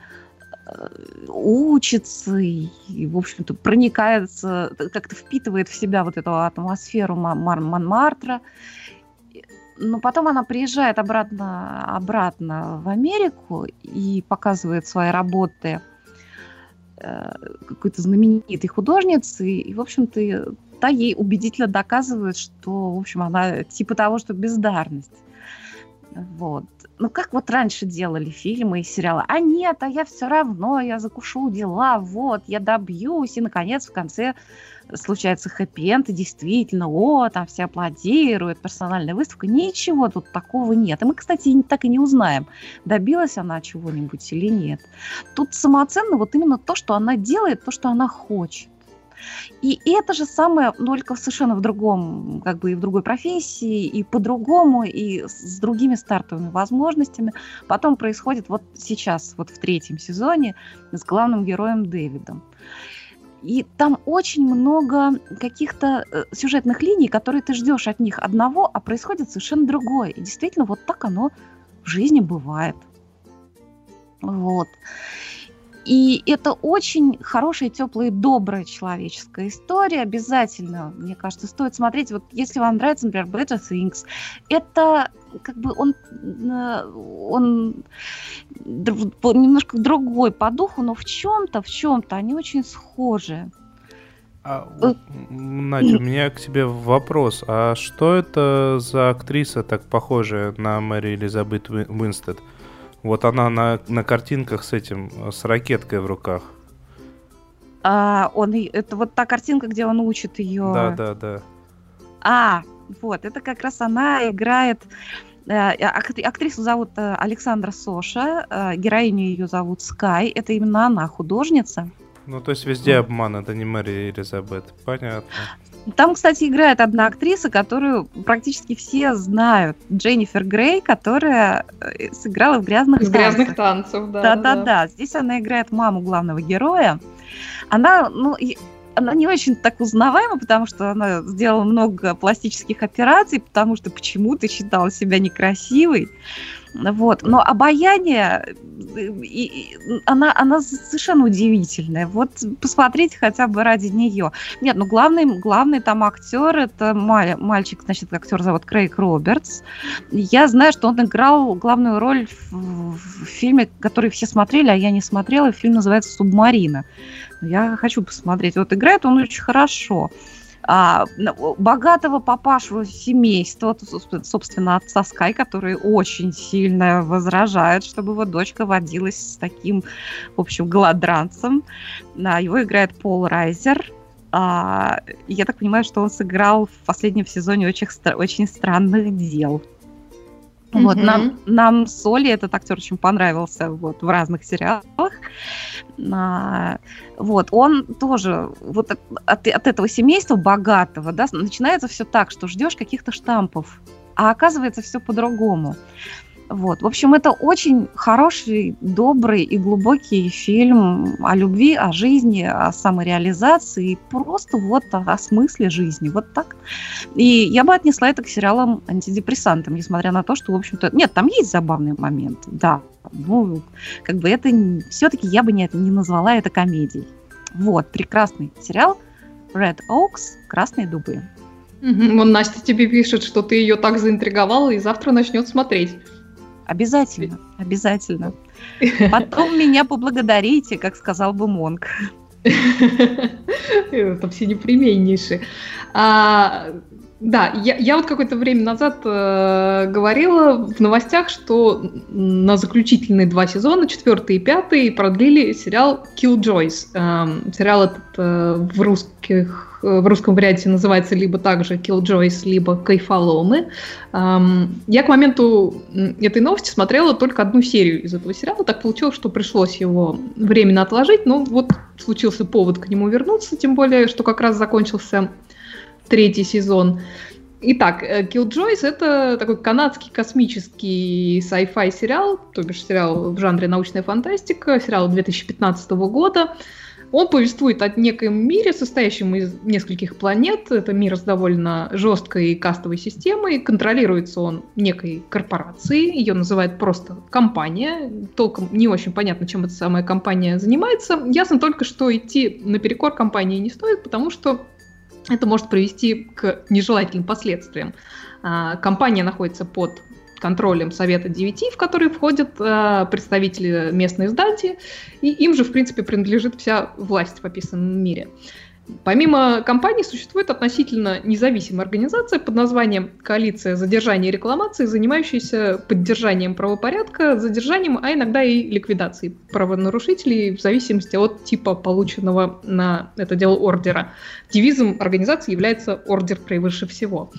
учится, и, в общем-то, проникается, как-то впитывает в себя вот эту атмосферу Монмартра. Но потом она приезжает обратно в Америку и показывает свои работы какой-то знаменитой художницы, и, в общем-то, та ей убедительно доказывает, что, в общем, она типа того, что бездарность. Вот. Ну, как вот раньше делали фильмы и сериалы. А нет, а я все равно, я закушу дела, вот, я добьюсь. И, наконец, в конце случается хэппи-энд, и действительно, там все аплодируют, персональная выставка. Ничего тут такого нет. И мы, кстати, так и не узнаем, добилась она чего-нибудь или нет. Тут самоценно вот именно то, что она делает, то, что она хочет. И это же самое, только совершенно в другом, как бы и в другой профессии, и по-другому, и с другими стартовыми возможностями. Потом происходит вот сейчас, вот в 3 сезоне, с главным героем Дэвидом. И там очень много каких-то сюжетных линий, которые ты ждешь от них одного, а происходит совершенно другое. И действительно, вот так оно в жизни бывает. Вот. И это очень хорошая, теплая, добрая человеческая история. Обязательно, мне кажется, стоит смотреть. Вот если вам нравится, например, Better Things, это как бы он немножко другой по духу, но в чем-то они очень схожи. Надя, у меня к тебе вопрос. А что это за актриса так похожая на Мэри Элизабет Уинстед? Вот она на картинках с ракеткой в руках. Это вот та картинка, где он учит ее. Да. Вот, это как раз она играет. Актрису зовут Александра Соша, героиню ее зовут Скай. Это именно она, художница. Ну, то есть везде обман, это не Мэри Элизабет. Понятно. Там, кстати, играет одна актриса, которую практически все знают. Дженнифер Грей, которая сыграла в «Грязных танцах». Да. Здесь она играет маму главного героя. Она не очень так узнаваема, потому что она сделала много пластических операций, потому что почему-то считала себя некрасивой. Вот. Но обаяние, она совершенно удивительная. Вот посмотрите хотя бы ради нее. Нет, главный там актер, это мальчик, значит, актер зовут Крейг Робертс. Я знаю, что он играл главную роль в фильме, который все смотрели, а я не смотрела. Фильм называется «Субмарина». Я хочу посмотреть. Вот играет он очень хорошо. Богатого папашу семейства, собственно, отца Скай, который очень сильно возражает, чтобы его дочка водилась с таким, в общем, голодранцем. Его играет Пол Райзер. Я так понимаю, что он сыграл в последнем сезоне очень странных дел. Вот, нам с Олей этот актер очень понравился вот, в разных сериалах. Вот, он тоже вот от этого семейства богатого, да, начинается все так, что ждешь каких-то штампов, а оказывается все по-другому. Вот. В общем, это очень хороший, добрый и глубокий фильм о любви, о жизни, о самореализации, просто вот о смысле жизни, вот так. И я бы отнесла это к сериалам-антидепрессантам, несмотря на то, что, в общем-то, нет, там есть забавные моменты, да, ну, как бы это все-таки я бы не назвала это комедией. Вот, прекрасный сериал Red Oaks, «Красные дубы». Вон Настя тебе пишет, что ты ее так заинтриговала и завтра начнет смотреть. Обязательно, обязательно. Потом меня поблагодарите, как сказал бы Монк. Это все непременнейшие. Да, я вот какое-то время назад говорила в новостях, что на заключительные 2 сезона, 4 и 5, продлили сериал Killjoys. Сериал этот в русском варианте называется либо также Killjoys, либо Кайфоломы. Я к моменту этой новости смотрела только 1 серию из этого сериала. Так получилось, что пришлось его временно отложить. Но вот случился повод к нему вернуться, тем более, что как раз закончился 3 сезон. Итак, Killjoys — это такой канадский космический sci-fi сериал, то бишь сериал в жанре научная фантастика, сериал 2015 года. Он повествует о некоем мире, состоящем из нескольких планет. Это мир с довольно жесткой кастовой системой. Контролируется он некой корпорацией. Ее называют просто компания. Толком не очень понятно, чем эта самая компания занимается. Ясно только, что идти наперекор компании не стоит, потому что это может привести к нежелательным последствиям. Компания находится под контролем Совета 9, в который входят представители местной знати, и им же, в принципе, принадлежит вся власть в описанном мире. Помимо компании существует относительно независимая организация под названием «Коалиция задержания и рекламации», занимающаяся поддержанием правопорядка, задержанием, а иногда и ликвидацией правонарушителей в зависимости от типа полученного на это дело ордера. Девизом организации является «Ордер превыше всего».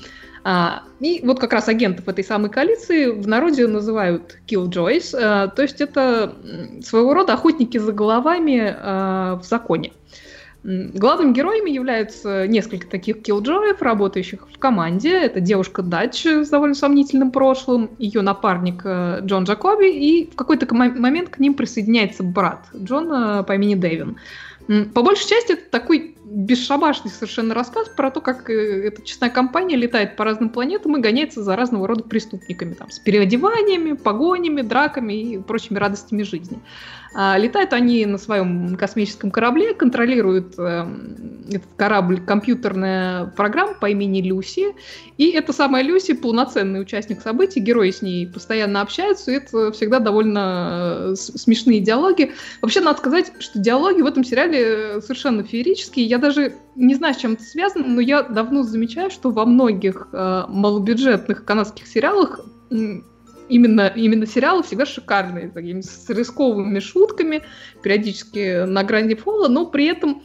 И вот как раз агентов этой самой коалиции в народе называют Killjoys, то есть это своего рода охотники за головами в законе. Главными героями являются несколько таких киллджоев, работающих в команде. Это девушка Дач с довольно сомнительным прошлым, ее напарник Джон Джакоби, и в какой-то момент к ним присоединяется брат Джона по имени Дэвин. По большей части это такой бесшабашный совершенно рассказ про то, как эта честная компания летает по разным планетам и гоняется за разного рода преступниками, там, с переодеваниями, погонями, драками и прочими радостями жизни. Летают они на своем космическом корабле, контролируют этот корабль компьютерная программа по имени Люси, и эта самая Люси полноценный участник событий, герои с ней постоянно общаются, и это всегда довольно смешные диалоги. Вообще, надо сказать, что диалоги в этом сериале совершенно феерические. Я даже не знаю, с чем это связано, но я давно замечаю, что во многих малобюджетных канадских сериалах именно сериалы всегда шикарные, такими с рисковыми шутками, периодически на грани фола, но при этом,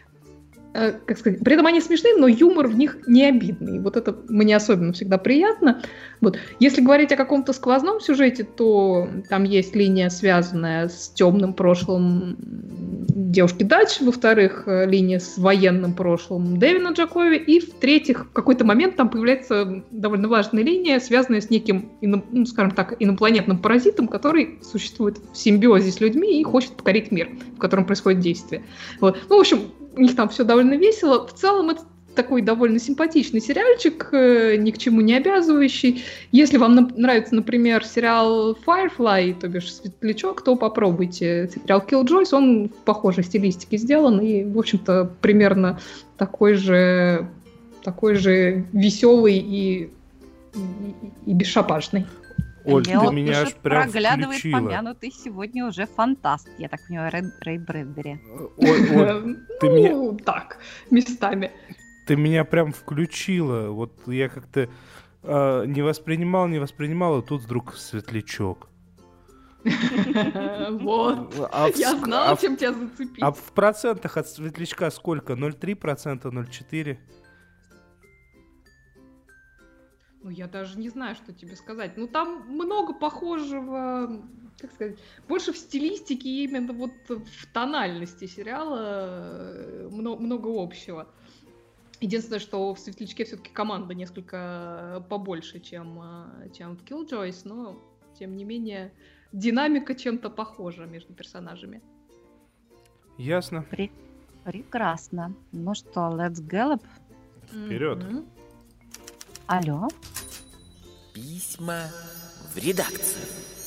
как сказать, при этом они смешные, но юмор в них не обидный. Вот это мне особенно всегда приятно. Вот. Если говорить о каком-то сквозном сюжете, то там есть линия, связанная с темным прошлым девушки Дач, во-вторых, линия с военным прошлым Дэвина Джакоби, и в-третьих, в какой-то момент там появляется довольно важная линия, связанная с неким, скажем так, инопланетным паразитом, который существует в симбиозе с людьми и хочет покорить мир, в котором происходит действие. Вот. Ну, в общем, у них там все довольно весело. В целом это такой довольно симпатичный сериальчик, ни к чему не обязывающий. Если вам нравится, например, сериал Firefly, то бишь Светлячок, то попробуйте. Сериал Killjoys, он в похожей стилистике сделан и, в общем-то, примерно такой же веселый и бесшабашный. Оль, Лео ты меня аж пишет, прям проглядывает включила. помянутый сегодня уже фантаст. Я так понимаю, Рэй Брэдбери. Оль, ты меня... Ну, так, местами. Ты меня прям включила. Вот я как-то не воспринимал, а тут вдруг Светлячок. Вот. Я знала, чем тебя зацепить. А в процентах от Светлячка сколько? 0,3%, 0,4%? Ну, я даже не знаю, что тебе сказать. Ну, там много похожего, как сказать, больше в стилистике, именно вот в тональности сериала много общего. Единственное, что в Светлячке все-таки команда несколько побольше, чем в Killjoys, но, тем не менее, динамика чем-то похожа между персонажами. Ясно. Прекрасно. Ну что, let's gallop. Вперед. Алло. Письма в редакцию.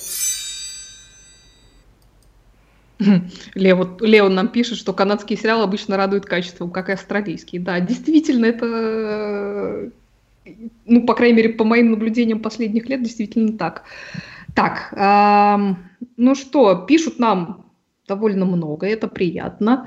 Леон нам пишет, что канадские сериалы обычно радуют качеством, как и австралийские. Да, действительно, это Ну, по крайней мере, по моим наблюдениям последних лет, действительно так. Так, ну что, пишут нам довольно много, это приятно.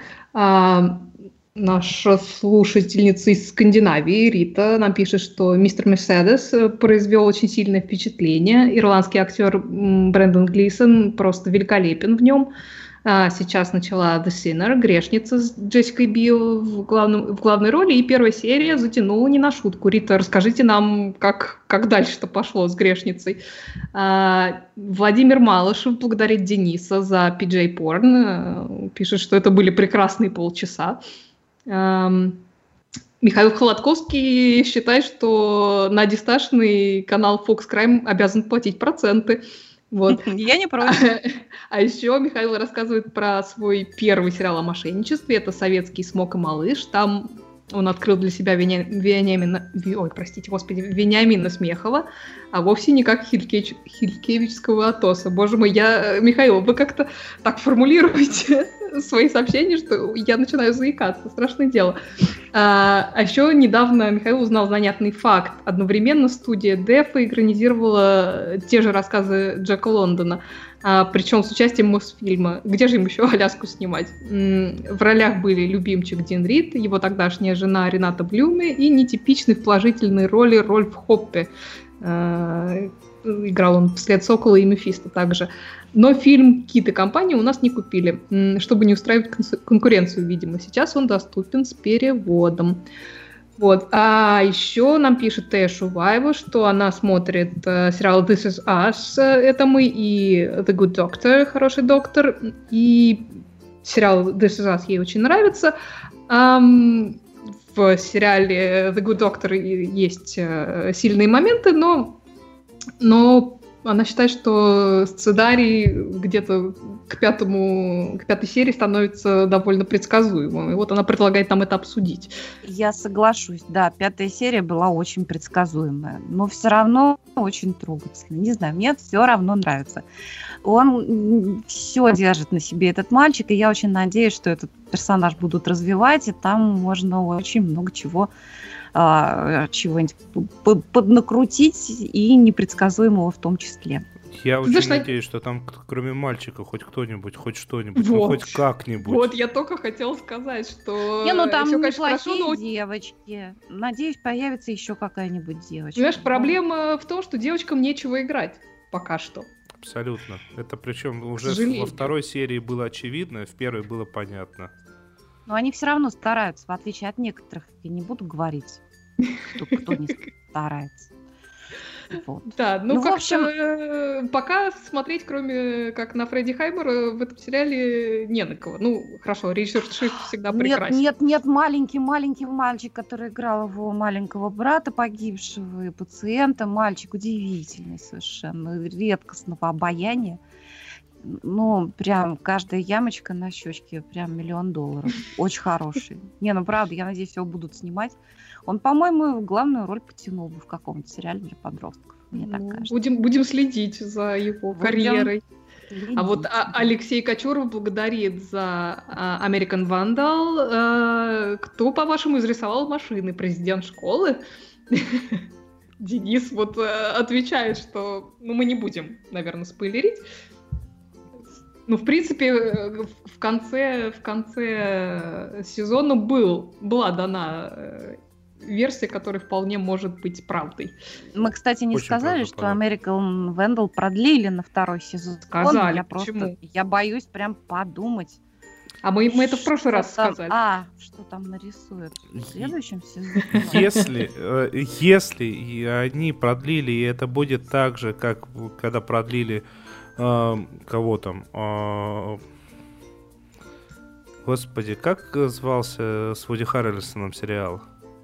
Наша слушательница из Скандинавии, Рита, нам пишет, что мистер Мерседес произвел очень сильное впечатление. Ирландский актер Брэндон Глисон просто великолепен в нем. Сейчас начала The Sinner, грешница с Джессикой Билл в главной роли, и первая серия затянула не на шутку. Рита, расскажите нам, как дальше-то пошло с грешницей. Владимир Малышев благодарит Дениса за PJ Porn, пишет, что это были прекрасные полчаса. Михаил Холодковский считает, что на дисташный канал Fox Crime обязан платить проценты. Вот. Я не против. А еще Михаил рассказывает про свой первый сериал о мошенничестве. Это «Советский смок и малыш». Там он открыл для себя Вениамина Смехова, а вовсе не как Хилькевичского Атоса. Боже мой, Михаил, вы как-то так формулируете свои сообщения, что я начинаю заикаться. Страшное дело. А еще недавно Михаил узнал занятный факт. Одновременно студия Дефа экранизировала те же рассказы Джека Лондона, причем с участием Мосфильма. Где же им еще Аляску снимать? В ролях были любимчик Дин Рид, его тогдашняя жена Рената Блюме и нетипичный в положительной роли Рольф Хоппе. Играл он вслед Сокола и Мефисто также. Но фильм «Кит и компания» у нас не купили, чтобы не устраивать конкуренцию, видимо. Сейчас он доступен с переводом. Вот. А еще нам пишет Тея Шуваева, что она смотрит сериал This Is Us, это мы, и The Good Doctor, хороший доктор, и сериал This Is Us ей очень нравится. В сериале The Good Doctor есть сильные моменты, но она считает, что сценарий где-то к пятой серии становится довольно предсказуемым. И вот она предлагает нам это обсудить. Я соглашусь, да, 5-я серия была очень предсказуемая, но все равно очень трогательная. Не знаю, мне все равно нравится. Он все держит на себе, этот мальчик, и я очень надеюсь, что этот персонаж будут развивать, и там можно очень много чего-нибудь поднакрутить, и непредсказуемого в том числе. Я очень надеюсь, что там кроме мальчика хоть кто-нибудь, хоть что-нибудь, вот. Ну, хоть как-нибудь. Вот, я только хотела сказать, что... Не, ну там всё, неплохие конечно, хорошо, но... девочки. Надеюсь, появится еще какая-нибудь девочка. Понимаешь, проблема в том, что девочкам нечего играть пока что. Абсолютно. Это причем уже во второй серии было очевидно, в первой было понятно. Но они все равно стараются, в отличие от некоторых. Я не буду говорить, кто не старается. Вот. Да, в как-то общем... пока смотреть, кроме как на Фредди Хаймера, в этом сериале не на кого. Ну, хорошо, Ричард Шиф всегда прекрасен. Нет, маленький мальчик, который играл его маленького брата погибшего, и пациента, мальчик удивительный совершенно, редкостного обаяния. Ну, прям каждая ямочка на щечке, прям $1 миллион. Очень хороший. Не, ну правда, я надеюсь, его будут снимать. Он, по-моему, главную роль потянул бы в каком-то сериале для подростков. Мне так кажется. Будем следить за его карьерой. А вот Алексей Кочуров благодарит за American Vandal. Кто, по-вашему, изрисовал машины? Президент школы? Денис вот отвечает, что мы не будем, наверное, спойлерить. Ну, в принципе, в конце сезона была дана версия, которая вполне может быть правдой. Мы, кстати, не сказали, что American Vandal продлили на 2-й сезон. Сказали, почему? Я боюсь прям подумать. А мы это в прошлый раз сказали. Что там нарисуют в следующем сезоне? Если они продлили, и это будет так же, как когда продлили кого там? Господи, как звался с Вуди Харрельсоном сериал?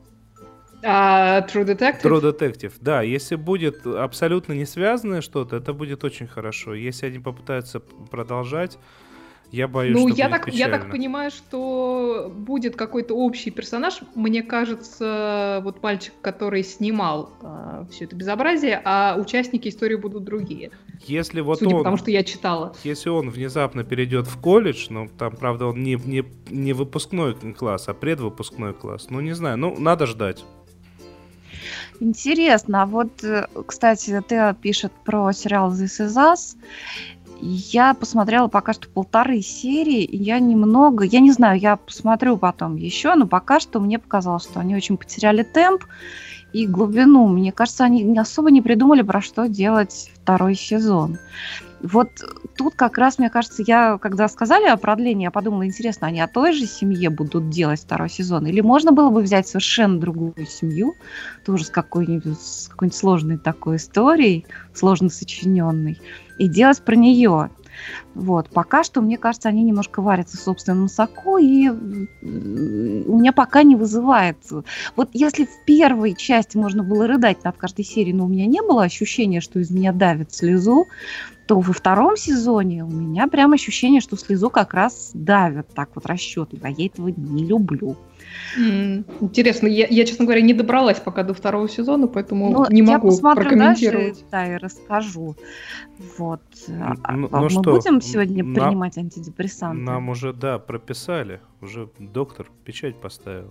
True Detective? True Detective, да. Если будет абсолютно не связанное что-то, это будет очень хорошо. Если они попытаются продолжать, я боюсь, что будет печально. Я так понимаю, что будет какой-то общий персонаж. Мне кажется, вот мальчик, который снимал все это безобразие, а участники истории будут другие. Если вот судя по тому, что я читала. Если он внезапно перейдет в колледж, ну, там, правда, он не выпускной класс, а предвыпускной класс. Ну, не знаю, надо ждать. Интересно, а вот, кстати, ты пишет про сериал This Is Us. Я посмотрела пока что 1,5 серии, и я не знаю, я посмотрю потом еще, но пока что мне показалось, что они очень потеряли темп и глубину. Мне кажется, они особо не придумали, про что делать второй сезон. Вот тут как раз, мне кажется, когда сказали о продлении, я подумала, интересно, они о той же семье будут делать второй сезон? Или можно было бы взять совершенно другую семью, тоже с какой-нибудь сложной такой историей, сложно сочиненной, и делать про нее? Вот. Пока что, мне кажется, они немножко варятся в собственном соку, и у меня пока не вызывает. Вот если в первой части можно было рыдать над каждой серией, но у меня не было ощущения, что из меня давит слезу, то во втором сезоне у меня прям ощущение, что слезу как раз давят так вот расчетливо. Я этого не люблю. Интересно, я, честно говоря, не добралась пока до второго сезона, поэтому не могу прокомментировать. Дальше, и расскажу. Вот. Мы будем сегодня принимать антидепрессанты? Нам уже, прописали. Уже доктор печать поставил.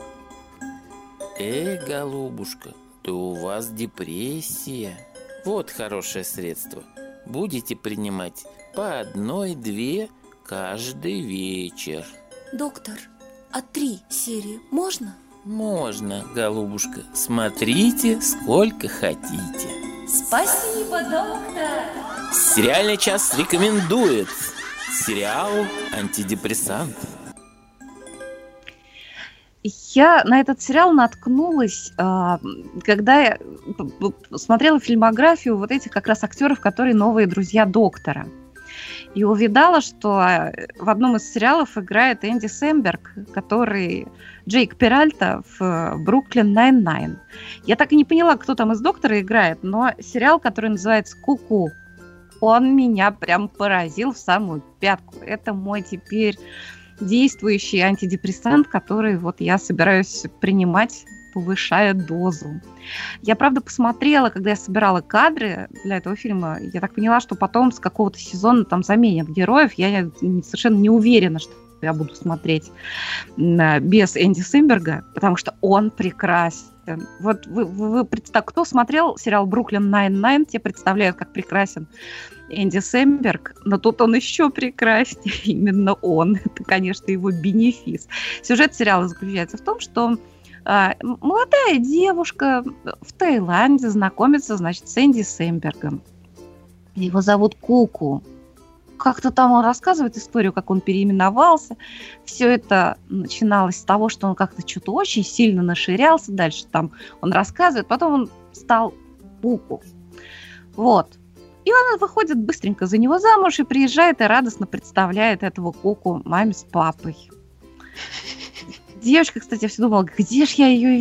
Голубушка, да у вас депрессия. Вот хорошее средство. Будете принимать по 1-2 каждый вечер. Доктор, а 3 серии можно? Можно, голубушка. Смотрите, сколько хотите. Спасибо, доктор. Сериальный час рекомендует сериал «Антидепрессант». Я на этот сериал наткнулась, когда я смотрела фильмографию вот этих как раз актеров, которые новые друзья доктора. И увидала, что в одном из сериалов играет Энди Сэмберг, который Джейк Перальта в «Бруклин Найн-Найн». Я так и не поняла, кто там из доктора играет, но сериал, который называется «Ку-ку», он меня прям поразил в самую пятку. Это мой теперь действующий антидепрессант, который вот я собираюсь принимать, повышая дозу. Я, правда, посмотрела, когда я собирала кадры для этого фильма, я так поняла, что потом с какого-то сезона там заменят героев. Я совершенно не уверена, что я буду смотреть без Энди Сэмберга, потому что он прекрасен. Вот кто смотрел сериал «Бруклин Найн-Найн», те представляют, как прекрасен Энди Сэмберг, но тут он еще прекраснее, именно он. Это, конечно, его бенефис. Сюжет сериала заключается в том, что молодая девушка в Таиланде знакомится, значит, с Энди Сэмбергом. Его зовут Куку. Как-то там он рассказывает историю, как он переименовался. Все это начиналось с того, что он как-то что-то очень сильно наширялся. Дальше там он рассказывает. Потом он стал Куку. Вот. И она выходит быстренько за него замуж и приезжает и радостно представляет этого Куку маме с папой. Девочка, кстати, я все думала, где ж я ее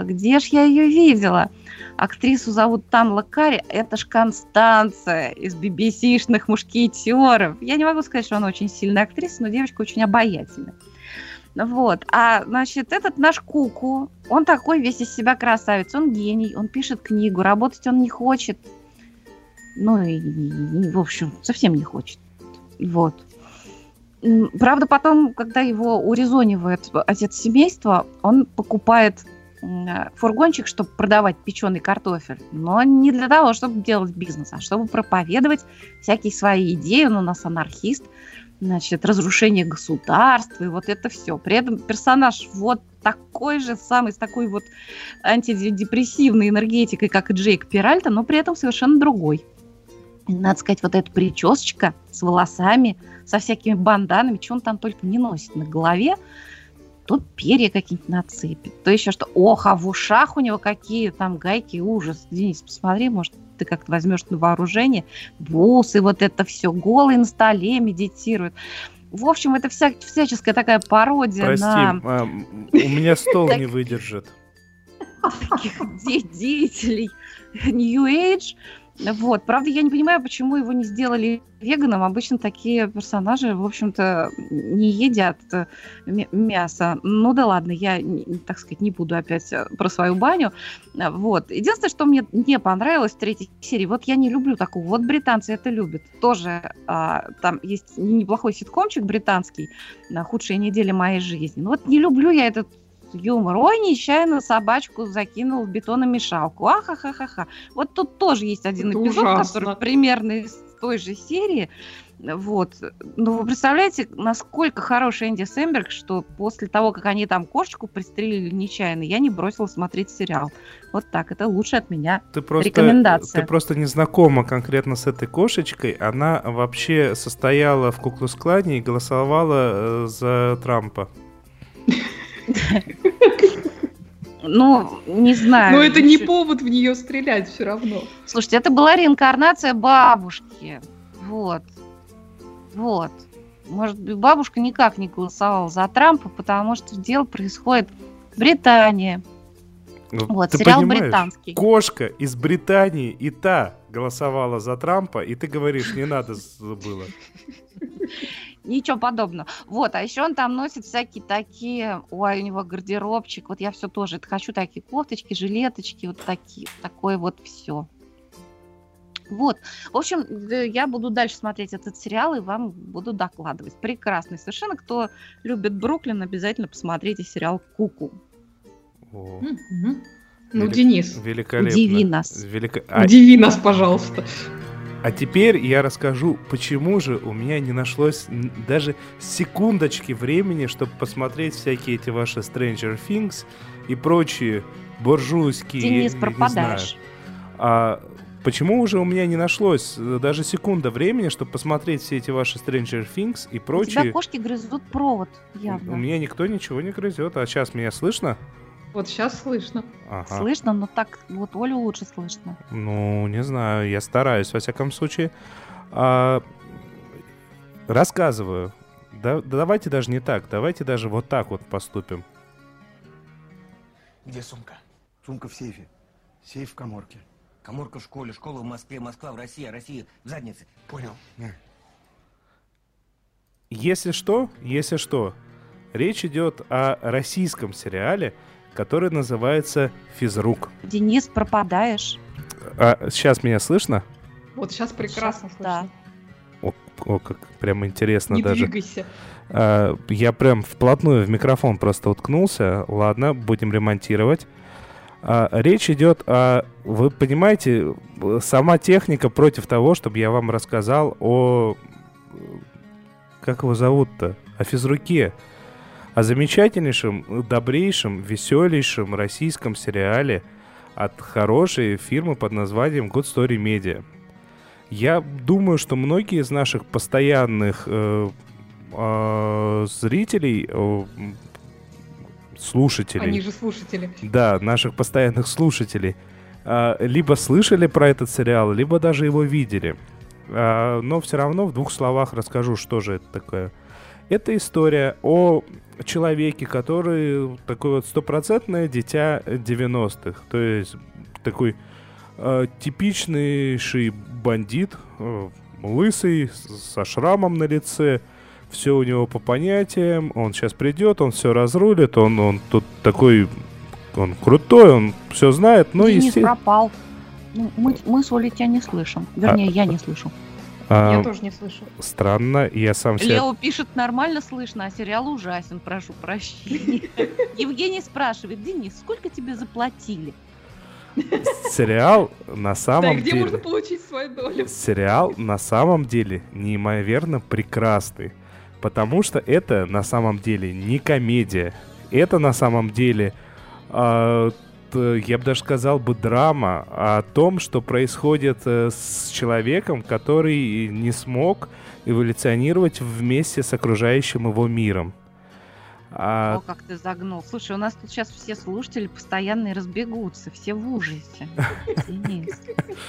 видела? Актрису зовут Танла Карри, это ж Констанция из BBC-шных мушкетеров. Я не могу сказать, что она очень сильная актриса, но девочка очень обаятельная. Вот. А, значит, этот наш Куку, он такой весь из себя красавец, он гений, он пишет книгу, работать он не хочет. Ну и, в общем, совсем не хочет. Вот. Правда, потом, когда его урезонивает отец семейства, он покупает фургончик, чтобы продавать печеный картофель. Но не для того, чтобы делать бизнес, а чтобы проповедовать всякие свои идеи. Он у нас анархист, значит, разрушение государства и вот это все. При этом персонаж вот такой же самый, с такой вот антидепрессивной энергетикой, как и Джейк Перальта, но при этом совершенно другой. И, надо сказать, вот эта причесочка с волосами, со всякими банданами, что он там только не носит на голове, то перья какие-нибудь нацепит, то еще что. Ох, а в ушах у него какие там гайки, ужас. Денис, посмотри, может, ты как-то возьмешь на вооружение. Бусы, вот это все, голый на столе медитирует. В общем, это всяческая такая пародия. Прости, на... у меня стол не выдержит. Таких деятелей New Age. Вот. Правда, я не понимаю, почему его не сделали веганом. Обычно такие персонажи, в общем-то, не едят мясо. Ну да ладно, я, так сказать, не буду опять про свою баню. Вот. Единственное, что мне не понравилось в 3-й серии, вот я не люблю такого. Вот британцы это любят. Тоже там есть неплохой ситкомчик британский «Худшая неделя моей жизни». Ну вот не люблю я этот юмор. Ой, нечаянно собачку закинул в бетономешалку. Ахахахаха. Вот тут тоже есть один Это эпизод, ужасно. который примерно из той же серии. Вот. Ну, вы представляете, насколько хороший Энди Сэмберг, что после того, как они там кошечку пристрелили нечаянно, я не бросила смотреть сериал. Вот так. Это лучше от меня рекомендация. Ты просто не знакома конкретно с этой кошечкой. Она вообще состояла в Ку-клукс-клане и голосовала за Трампа. Ну, не знаю. Но это не повод в нее стрелять все равно. Слушайте, это была реинкарнация бабушки. Вот. Может быть, бабушка никак не голосовала за Трампа, потому что дело происходит в Британии. Вот, Ты сериал понимаешь, британский. Кошка из Британии и та голосовала за Трампа, и ты говоришь, не надо было. Ничего подобного. Вот, а еще он там носит всякие такие, ой, у него гардеробчик, вот я все тоже, хочу такие кофточки, жилеточки, вот такие, такое вот все. Вот, в общем, я буду дальше смотреть этот сериал и вам буду докладывать. Прекрасный совершенно. Кто любит Бруклин, обязательно посмотрите сериал «Куку». О, Ну, Денис, великолепно. Удиви нас. удиви нас, пожалуйста. А теперь я расскажу, почему же у меня не нашлось даже секундочки времени, чтобы посмотреть всякие эти ваши Stranger Things и прочие буржуйские... Денис, не пропадаешь. знаю. Почему уже у меня не нашлось даже секунда времени, чтобы посмотреть все эти ваши Stranger Things и У прочие... тебя кошки грызут провод, У явно. меня никто ничего не грызет. А сейчас меня слышно? Вот сейчас слышно. Ага. Слышно, но так вот Олю лучше слышно. Ну, не знаю, я стараюсь, во всяком случае. Рассказываю. Давайте даже не так, давайте даже вот так вот поступим. Где сумка? Сумка в сейфе. Сейф в каморке. Каморка в школе, школа в Москве, Москва в России, а Россия в заднице. Понял. На. Если что, речь идет о российском сериале, который называется «Физрук». Денис, пропадаешь. Сейчас меня слышно? Вот сейчас прекрасно Да. слышно. О, как прям интересно Не даже. двигайся. Я прям вплотную в микрофон просто уткнулся. Ладно, будем ремонтировать. Речь идет о... Вы понимаете, сама техника против того, чтобы я вам рассказал о... Как его зовут-то? О физруке. О замечательнейшем, добрейшем, веселейшем российском сериале от хорошей фирмы под названием Good Story Media. Я думаю, что многие из наших постоянных зрителей, слушателей... Они же слушатели. Да, наших постоянных слушателей либо слышали про этот сериал, либо даже его видели. Но все равно в двух словах расскажу, что же это такое. Это история о человеке, который такой вот стопроцентное дитя 90-х. То есть такой типичнейший бандит, лысый, со шрамом на лице. Все у него по понятиям. Он сейчас придет, он все разрулит. Он тут такой... Он крутой, он все знает. Но Денис пропал. Ну, мы с Олей тебя не слышим. Вернее, я не слышу. Я тоже не слышу. Странно, я сам себя... Лео пишет, нормально слышно, а сериал ужасен, прошу прощения. Евгений спрашивает, Денис, сколько тебе заплатили? Сериал на самом Где деле... можно получить свою долю? Сериал на самом деле неимоверно прекрасный. Потому что это на самом деле не комедия. Это на самом деле... я бы даже сказал бы драма о том, что происходит с человеком, который не смог эволюционировать вместе с окружающим его миром. О, как ты загнул. Слушай, у нас тут сейчас все слушатели постоянно разбегутся, все в ужасе. Денис.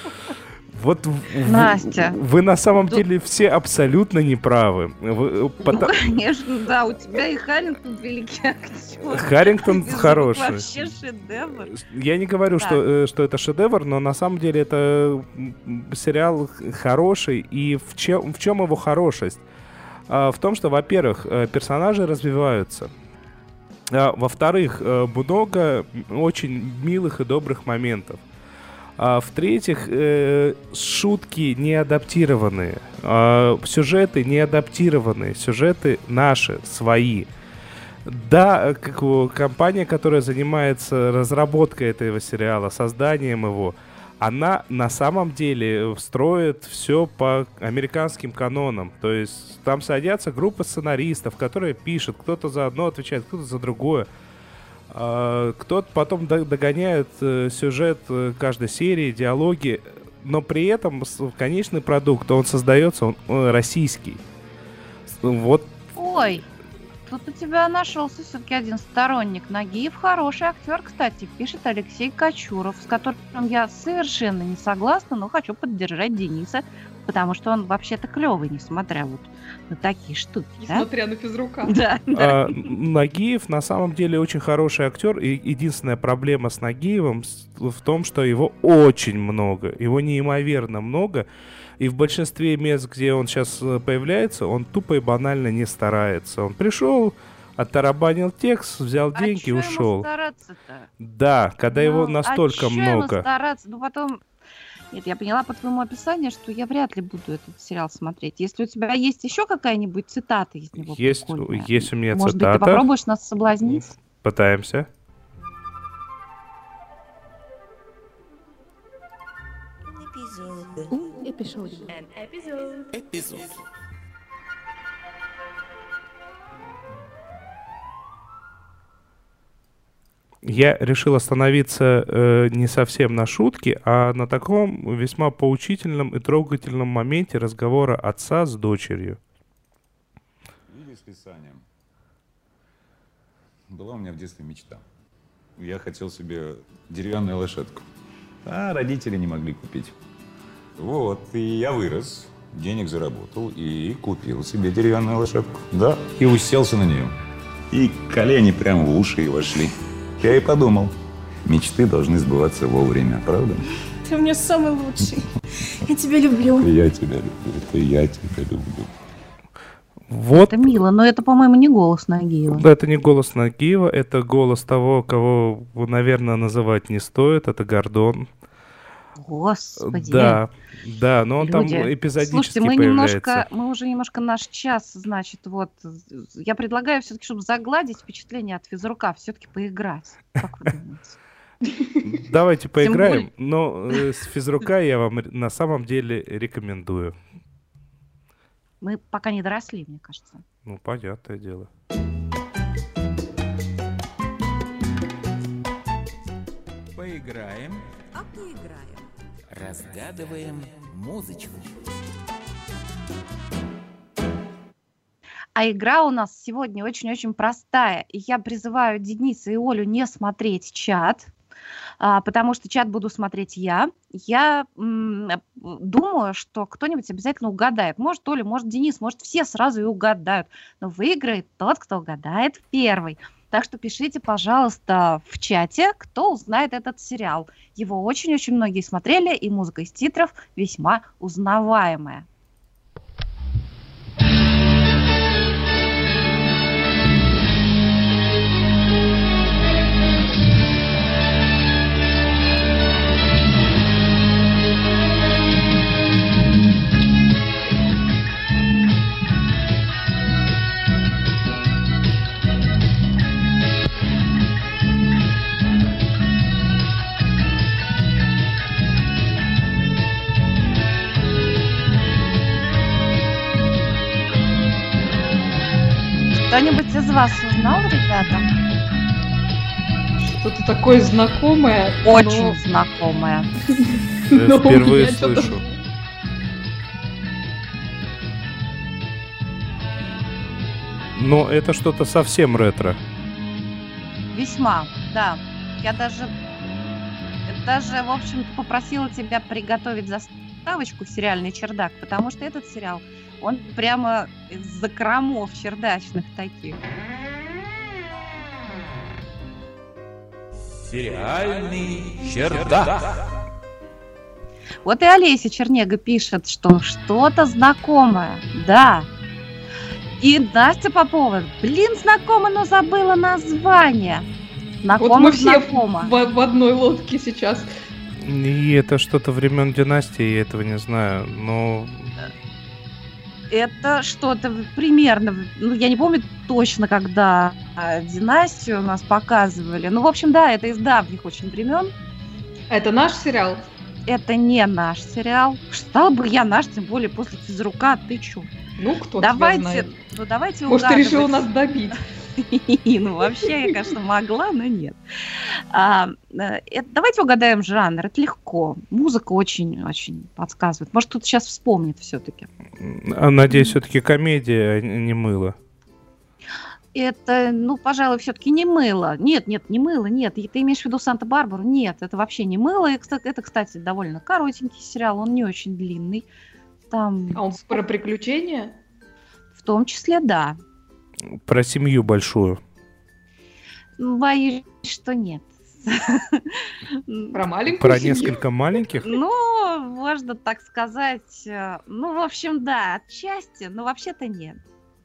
Вот Настя. вы на самом деле все абсолютно неправы. Ну, конечно, да, у тебя и Харрингтон великий актер. Харрингтон Физрук хороший. Вообще шедевр. Я не говорю, что это шедевр, но на самом деле это сериал хороший. И в чем его хорошесть? В том, что, во-первых, персонажи развиваются. Во-вторых, много очень милых и добрых моментов. В-третьих, шутки не адаптированные, сюжеты не адаптированные, сюжеты наши, свои. Да, компания, которая занимается разработкой этого сериала, созданием его, она на самом деле строит все по американским канонам. То есть там садятся группа сценаристов, которые пишут, кто-то за одно отвечает, кто-то за другое. Кто-то потом догоняет сюжет каждой серии, диалоги, но при этом конечный продукт, он создается, он российский. Вот. Ой, тут у тебя нашелся все-таки один сторонник. Нагиев хороший актер, кстати, пишет Алексей Кочуров, с которым я совершенно не согласна, но хочу поддержать Дениса, потому что он вообще-то клевый, несмотря вот на такие штуки. Несмотря на физрука. Да. Нагиев на самом деле очень хороший актер, и единственная проблема с Нагиевым в том, что его очень много, его неимоверно много. И в большинстве мест, где он сейчас появляется, он тупо и банально не старается. Он пришел, оттарабанил текст, взял деньги и ушел. Ему стараться-то? Да, когда его настолько много. Ему стараться? Ну потом... Нет, я поняла по твоему описанию, что я вряд ли буду этот сериал смотреть. Если у тебя есть еще какая-нибудь цитата из него есть у меня может цитата. Быть, ты попробуешь нас соблазнить? Пытаемся. Эпизод. Я решил остановиться не совсем на шутке, а на таком весьма поучительном и трогательном моменте разговора отца с дочерью. Видишь ли, Саня, была у меня в детстве мечта. Я хотел себе деревянную лошадку, а родители не могли купить. Вот, и я вырос, денег заработал и купил себе деревянную лошадку. Да, и уселся на нее. И колени прямо в уши и вошли. Я и подумал, мечты должны сбываться вовремя, правда? Ты у меня самый лучший. Я тебя люблю. Я тебя люблю, это я тебя люблю. Вот. Это мило, но это, по-моему, не голос Нагиева. Да, это не голос Нагиева, это голос того, кого, наверное, называть не стоит, это Гордон. Господи. Да, но он Люди. Там эпизодически Слушайте, появляется. мы уже немножко наш час, значит, вот. Я предлагаю все-таки, чтобы загладить впечатление от физрука, все-таки поиграть. Как вы думаете? Давайте поиграем, но с физрука я вам на самом деле рекомендую. Мы пока не доросли, мне кажется. Ну, понятное дело. Поиграем. А поиграем. Разгадываем музычку. А игра у нас сегодня очень-очень простая. И я призываю Дениса и Олю не смотреть чат, потому что чат буду смотреть я. Я думаю, что кто-нибудь обязательно угадает. Может, Оля, может, Денис, может, все сразу и угадают. Но выиграет тот, кто угадает первый. Так что пишите, пожалуйста, в чате, кто узнает этот сериал. Его очень-очень многие смотрели, и музыка из титров весьма узнаваемая. Кто-нибудь из вас узнал, ребята? Что-то такое знакомое. Очень знакомое. Я впервые слышу. Но это что-то совсем ретро. Весьма, да. Я даже, в общем-то, попросила тебя приготовить заставочку в сериальный чердак, потому что этот сериал, он прямо из закромов чердачных таких. Сериальный чердак. Вот и Олеся Чернега пишет, что что-то знакомое. Да. И Настя Попова, знакомо, но забыла название. Знакомо, вот мы все знакомо. В одной лодке сейчас. И это что-то времен династии, я этого не знаю, но... Это что-то примерно, ну, я не помню точно, когда «Династию» у нас показывали. Ну, в общем, да, это из давних очень времен. Это наш сериал? Это не наш сериал. Стал бы я наш, тем более после «Физрука», ты чё? Ну, кто тебя знает. Ну, давайте Может, ты решила нас добить? Ну, вообще, я, конечно, могла, но нет. Давайте угадаем жанр. Это легко. Музыка очень-очень подсказывает. Может, кто-то сейчас вспомнит все-таки. Надеюсь, все-таки комедия, а не мыло. Это, ну, пожалуй, все-таки не мыло. Нет, не мыло, нет. Ты имеешь в виду «Санта-Барбару»? Нет, это вообще не мыло. Это, кстати, довольно коротенький сериал. Он не очень длинный. Там... А он про приключения? В том числе, да. Про семью большую. Боюсь, что нет. Про маленькую Про семью? несколько маленьких? Ну, можно так сказать. Ну, в общем, да, отчасти, но вообще-то нет.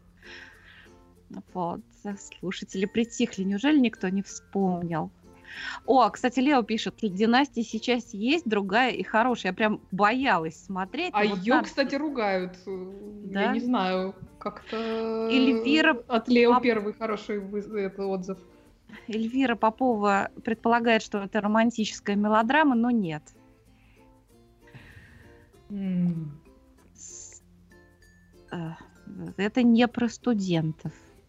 Вот, слушатели притихли. Неужели никто не вспомнил? О, кстати, Лео пишет, «Династия» сейчас есть, другая и хорошая. Я прям боялась смотреть. А вот ее, надо... кстати, ругают. Да? Я не знаю, как-то... Эльвира... От Лео первый хороший отзыв. Эльвира Попова предполагает, что это романтическая мелодрама, но нет. Это не про студентов.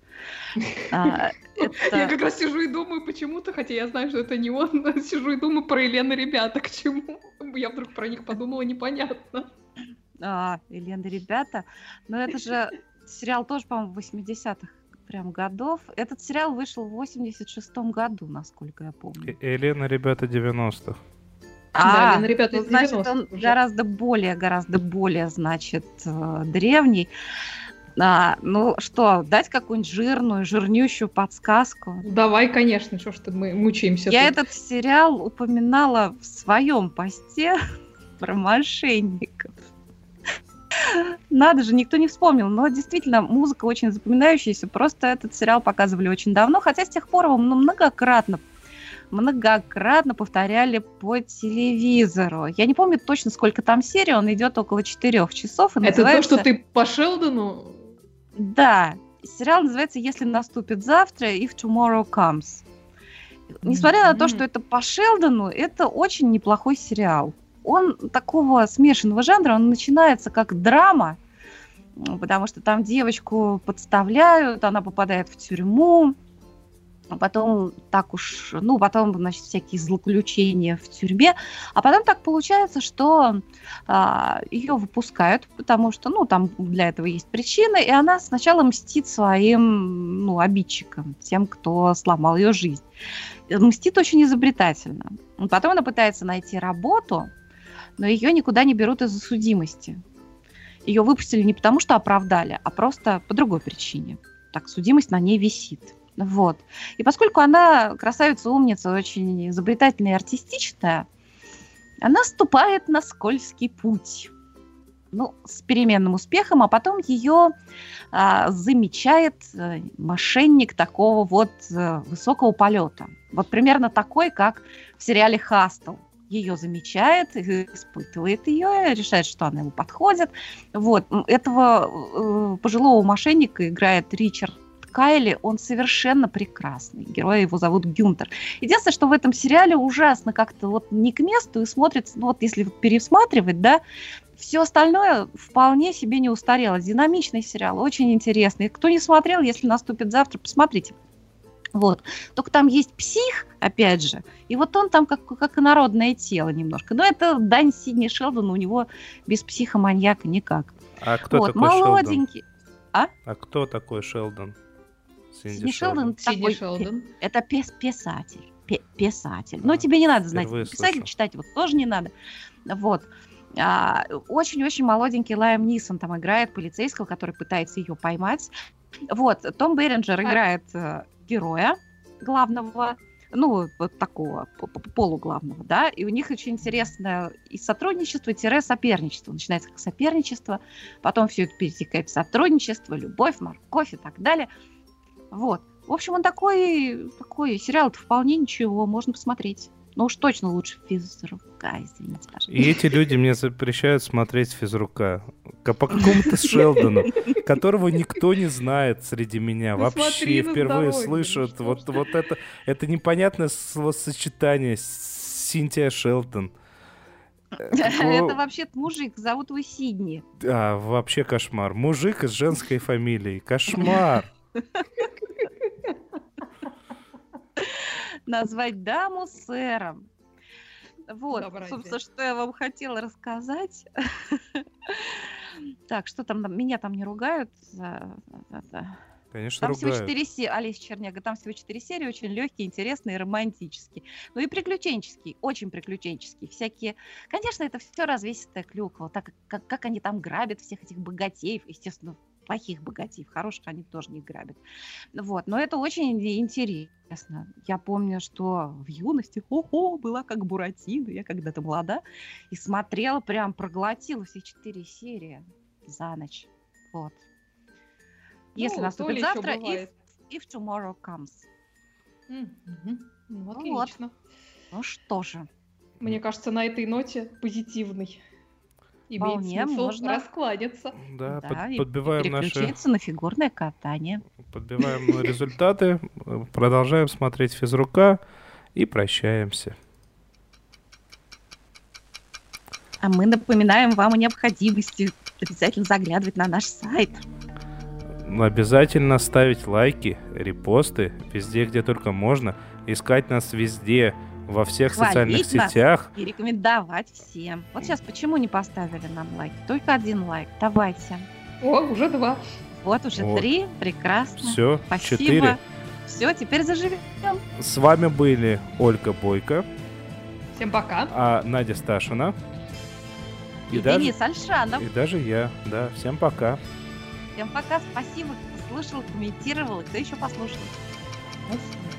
Я как раз сижу и думаю почему-то, хотя я знаю, что это не он, но сижу и думаю про Елену ребята, к чему. Я вдруг про них подумала, непонятно. Елена ребята. Но это же сериал тоже, по-моему, 80-х прям годов. Этот сериал вышел в 86-м году, насколько я помню. Елена ребята 90-х. Да, Елена ребята из 90-х. Значит, он гораздо более, значит, древний. Ну что, дать какую-нибудь жирнющую подсказку? Давай, конечно, что ж мы мучаемся. Я этот сериал упоминала в своем посте про мошенников. Надо же, никто не вспомнил. Но действительно, музыка очень запоминающаяся. Просто этот сериал показывали очень давно, хотя с тех пор его многократно повторяли по телевизору. Я не помню точно, сколько там серий, он идет около 4 часов. Это называется... то, что ты по Шелдону? Да. Сериал называется «Если наступит завтра» и «If Tomorrow Comes». Несмотря на то, что это по Шелдону, это очень неплохой сериал. Он такого смешанного жанра, он начинается как драма, потому что там девочку подставляют, она попадает в тюрьму, а потом потом, значит, всякие злоключения в тюрьме, а потом так получается, что ее выпускают, потому что, там для этого есть причины, и она сначала мстит своим, обидчикам, тем, кто сломал ее жизнь. Мстит очень изобретательно. Потом она пытается найти работу, но ее никуда не берут из-за судимости. Ее выпустили не потому, что оправдали, а просто по другой причине. Так, судимость на ней висит. Вот. И поскольку она красавица, умница, очень изобретательная и артистичная, она ступает на скользкий путь. С переменным успехом, а потом ее замечает мошенник такого высокого полета. Вот примерно такой, как в сериале «Хастл». Ее замечает, испытывает ее, решает, что она ему подходит. Вот. Этого пожилого мошенника играет Ричард Кайли, он совершенно прекрасный. Герой его зовут Гюнтер. Единственное, что в этом сериале ужасно как-то не к месту и смотрится, если пересматривать, да, все остальное вполне себе не устарело. Динамичный сериал, очень интересный. Кто не смотрел, если наступит завтра, посмотрите. Вот. Только там есть псих, опять же, и он там как инородное тело немножко. Но это дань Сидни Шелдону, у него без психоманьяка никак. А кто такой молоденький. Шелдон? А кто такой Шелдон? Сидни Шелдон такой, это писатель. Писатель. Но тебе не надо знать писатель, читать его тоже не надо. Вот. Очень-очень молоденький Лайам Нисон там играет полицейского, который пытается ее поймать. Вот. Том Беринджер играет героя главного, такого полуглавного, да, и у них очень интересное и сотрудничество-соперничество. Начинается как соперничество, потом все это перетекает в сотрудничество, любовь, морковь и так далее. Вот. В общем, он такой сериал-то вполне ничего, можно посмотреть. Ну уж точно лучше физрука, извините, пожалуйста. И эти люди мне запрещают смотреть физрука. По какому-то Шелдону, которого никто не знает среди меня. Ну, Вообще смотри на впервые здоровье, слышу ну вот это непонятное словосочетание Синтия Шелдон. Это вообще-то мужик, зовут его Сидни. Да, вообще кошмар. Мужик с женской фамилией. Кошмар. Назвать даму сэром. Вот, Добрая собственно, идея. что я вам хотела рассказать. Так, что там, меня там не ругают за это? Конечно, Там всего ругают. 4 серии, Олеся Черняга, там всего 4 серии, очень легкие, интересные, романтические. Ну и приключенческие, очень приключенческие. Всякие, конечно, это все развесистая клюква. Так как они там грабят всех этих богатеев, естественно, плохих богатеев, хороших они тоже не грабят. Вот, но это очень интересно. Я помню, что в юности, была как Буратино, я когда-то молода, и смотрела, прям проглотила все 4 серии за ночь. Вот. Если наступит завтра, if tomorrow comes. Ну, Вот. отлично. Ну что же, Мне кажется, на этой ноте позитивной имеет Вполне смысл можно. раскланяться. Да, да, и подбиваем наши переключиться на фигурное катание. результаты, продолжаем смотреть физрука и прощаемся. А мы напоминаем вам о необходимости обязательно заглядывать на наш сайт. Обязательно ставить лайки, репосты везде, где только можно. Искать нас везде, во всех социальных Хвалить нас сетях. и рекомендовать всем. Вот сейчас почему не поставили нам лайк? Только 1 лайк. Давайте. О, уже 2. Вот уже Вот. 3. Прекрасно. Все, Спасибо. 4. Все, теперь заживем. С вами были Ольга Бойко, Всем пока. а Надя Сташина. И Денис Альшанов. И даже я. Да, всем пока. Всем пока. Спасибо, кто слушал, комментировал и кто еще послушал. Спасибо.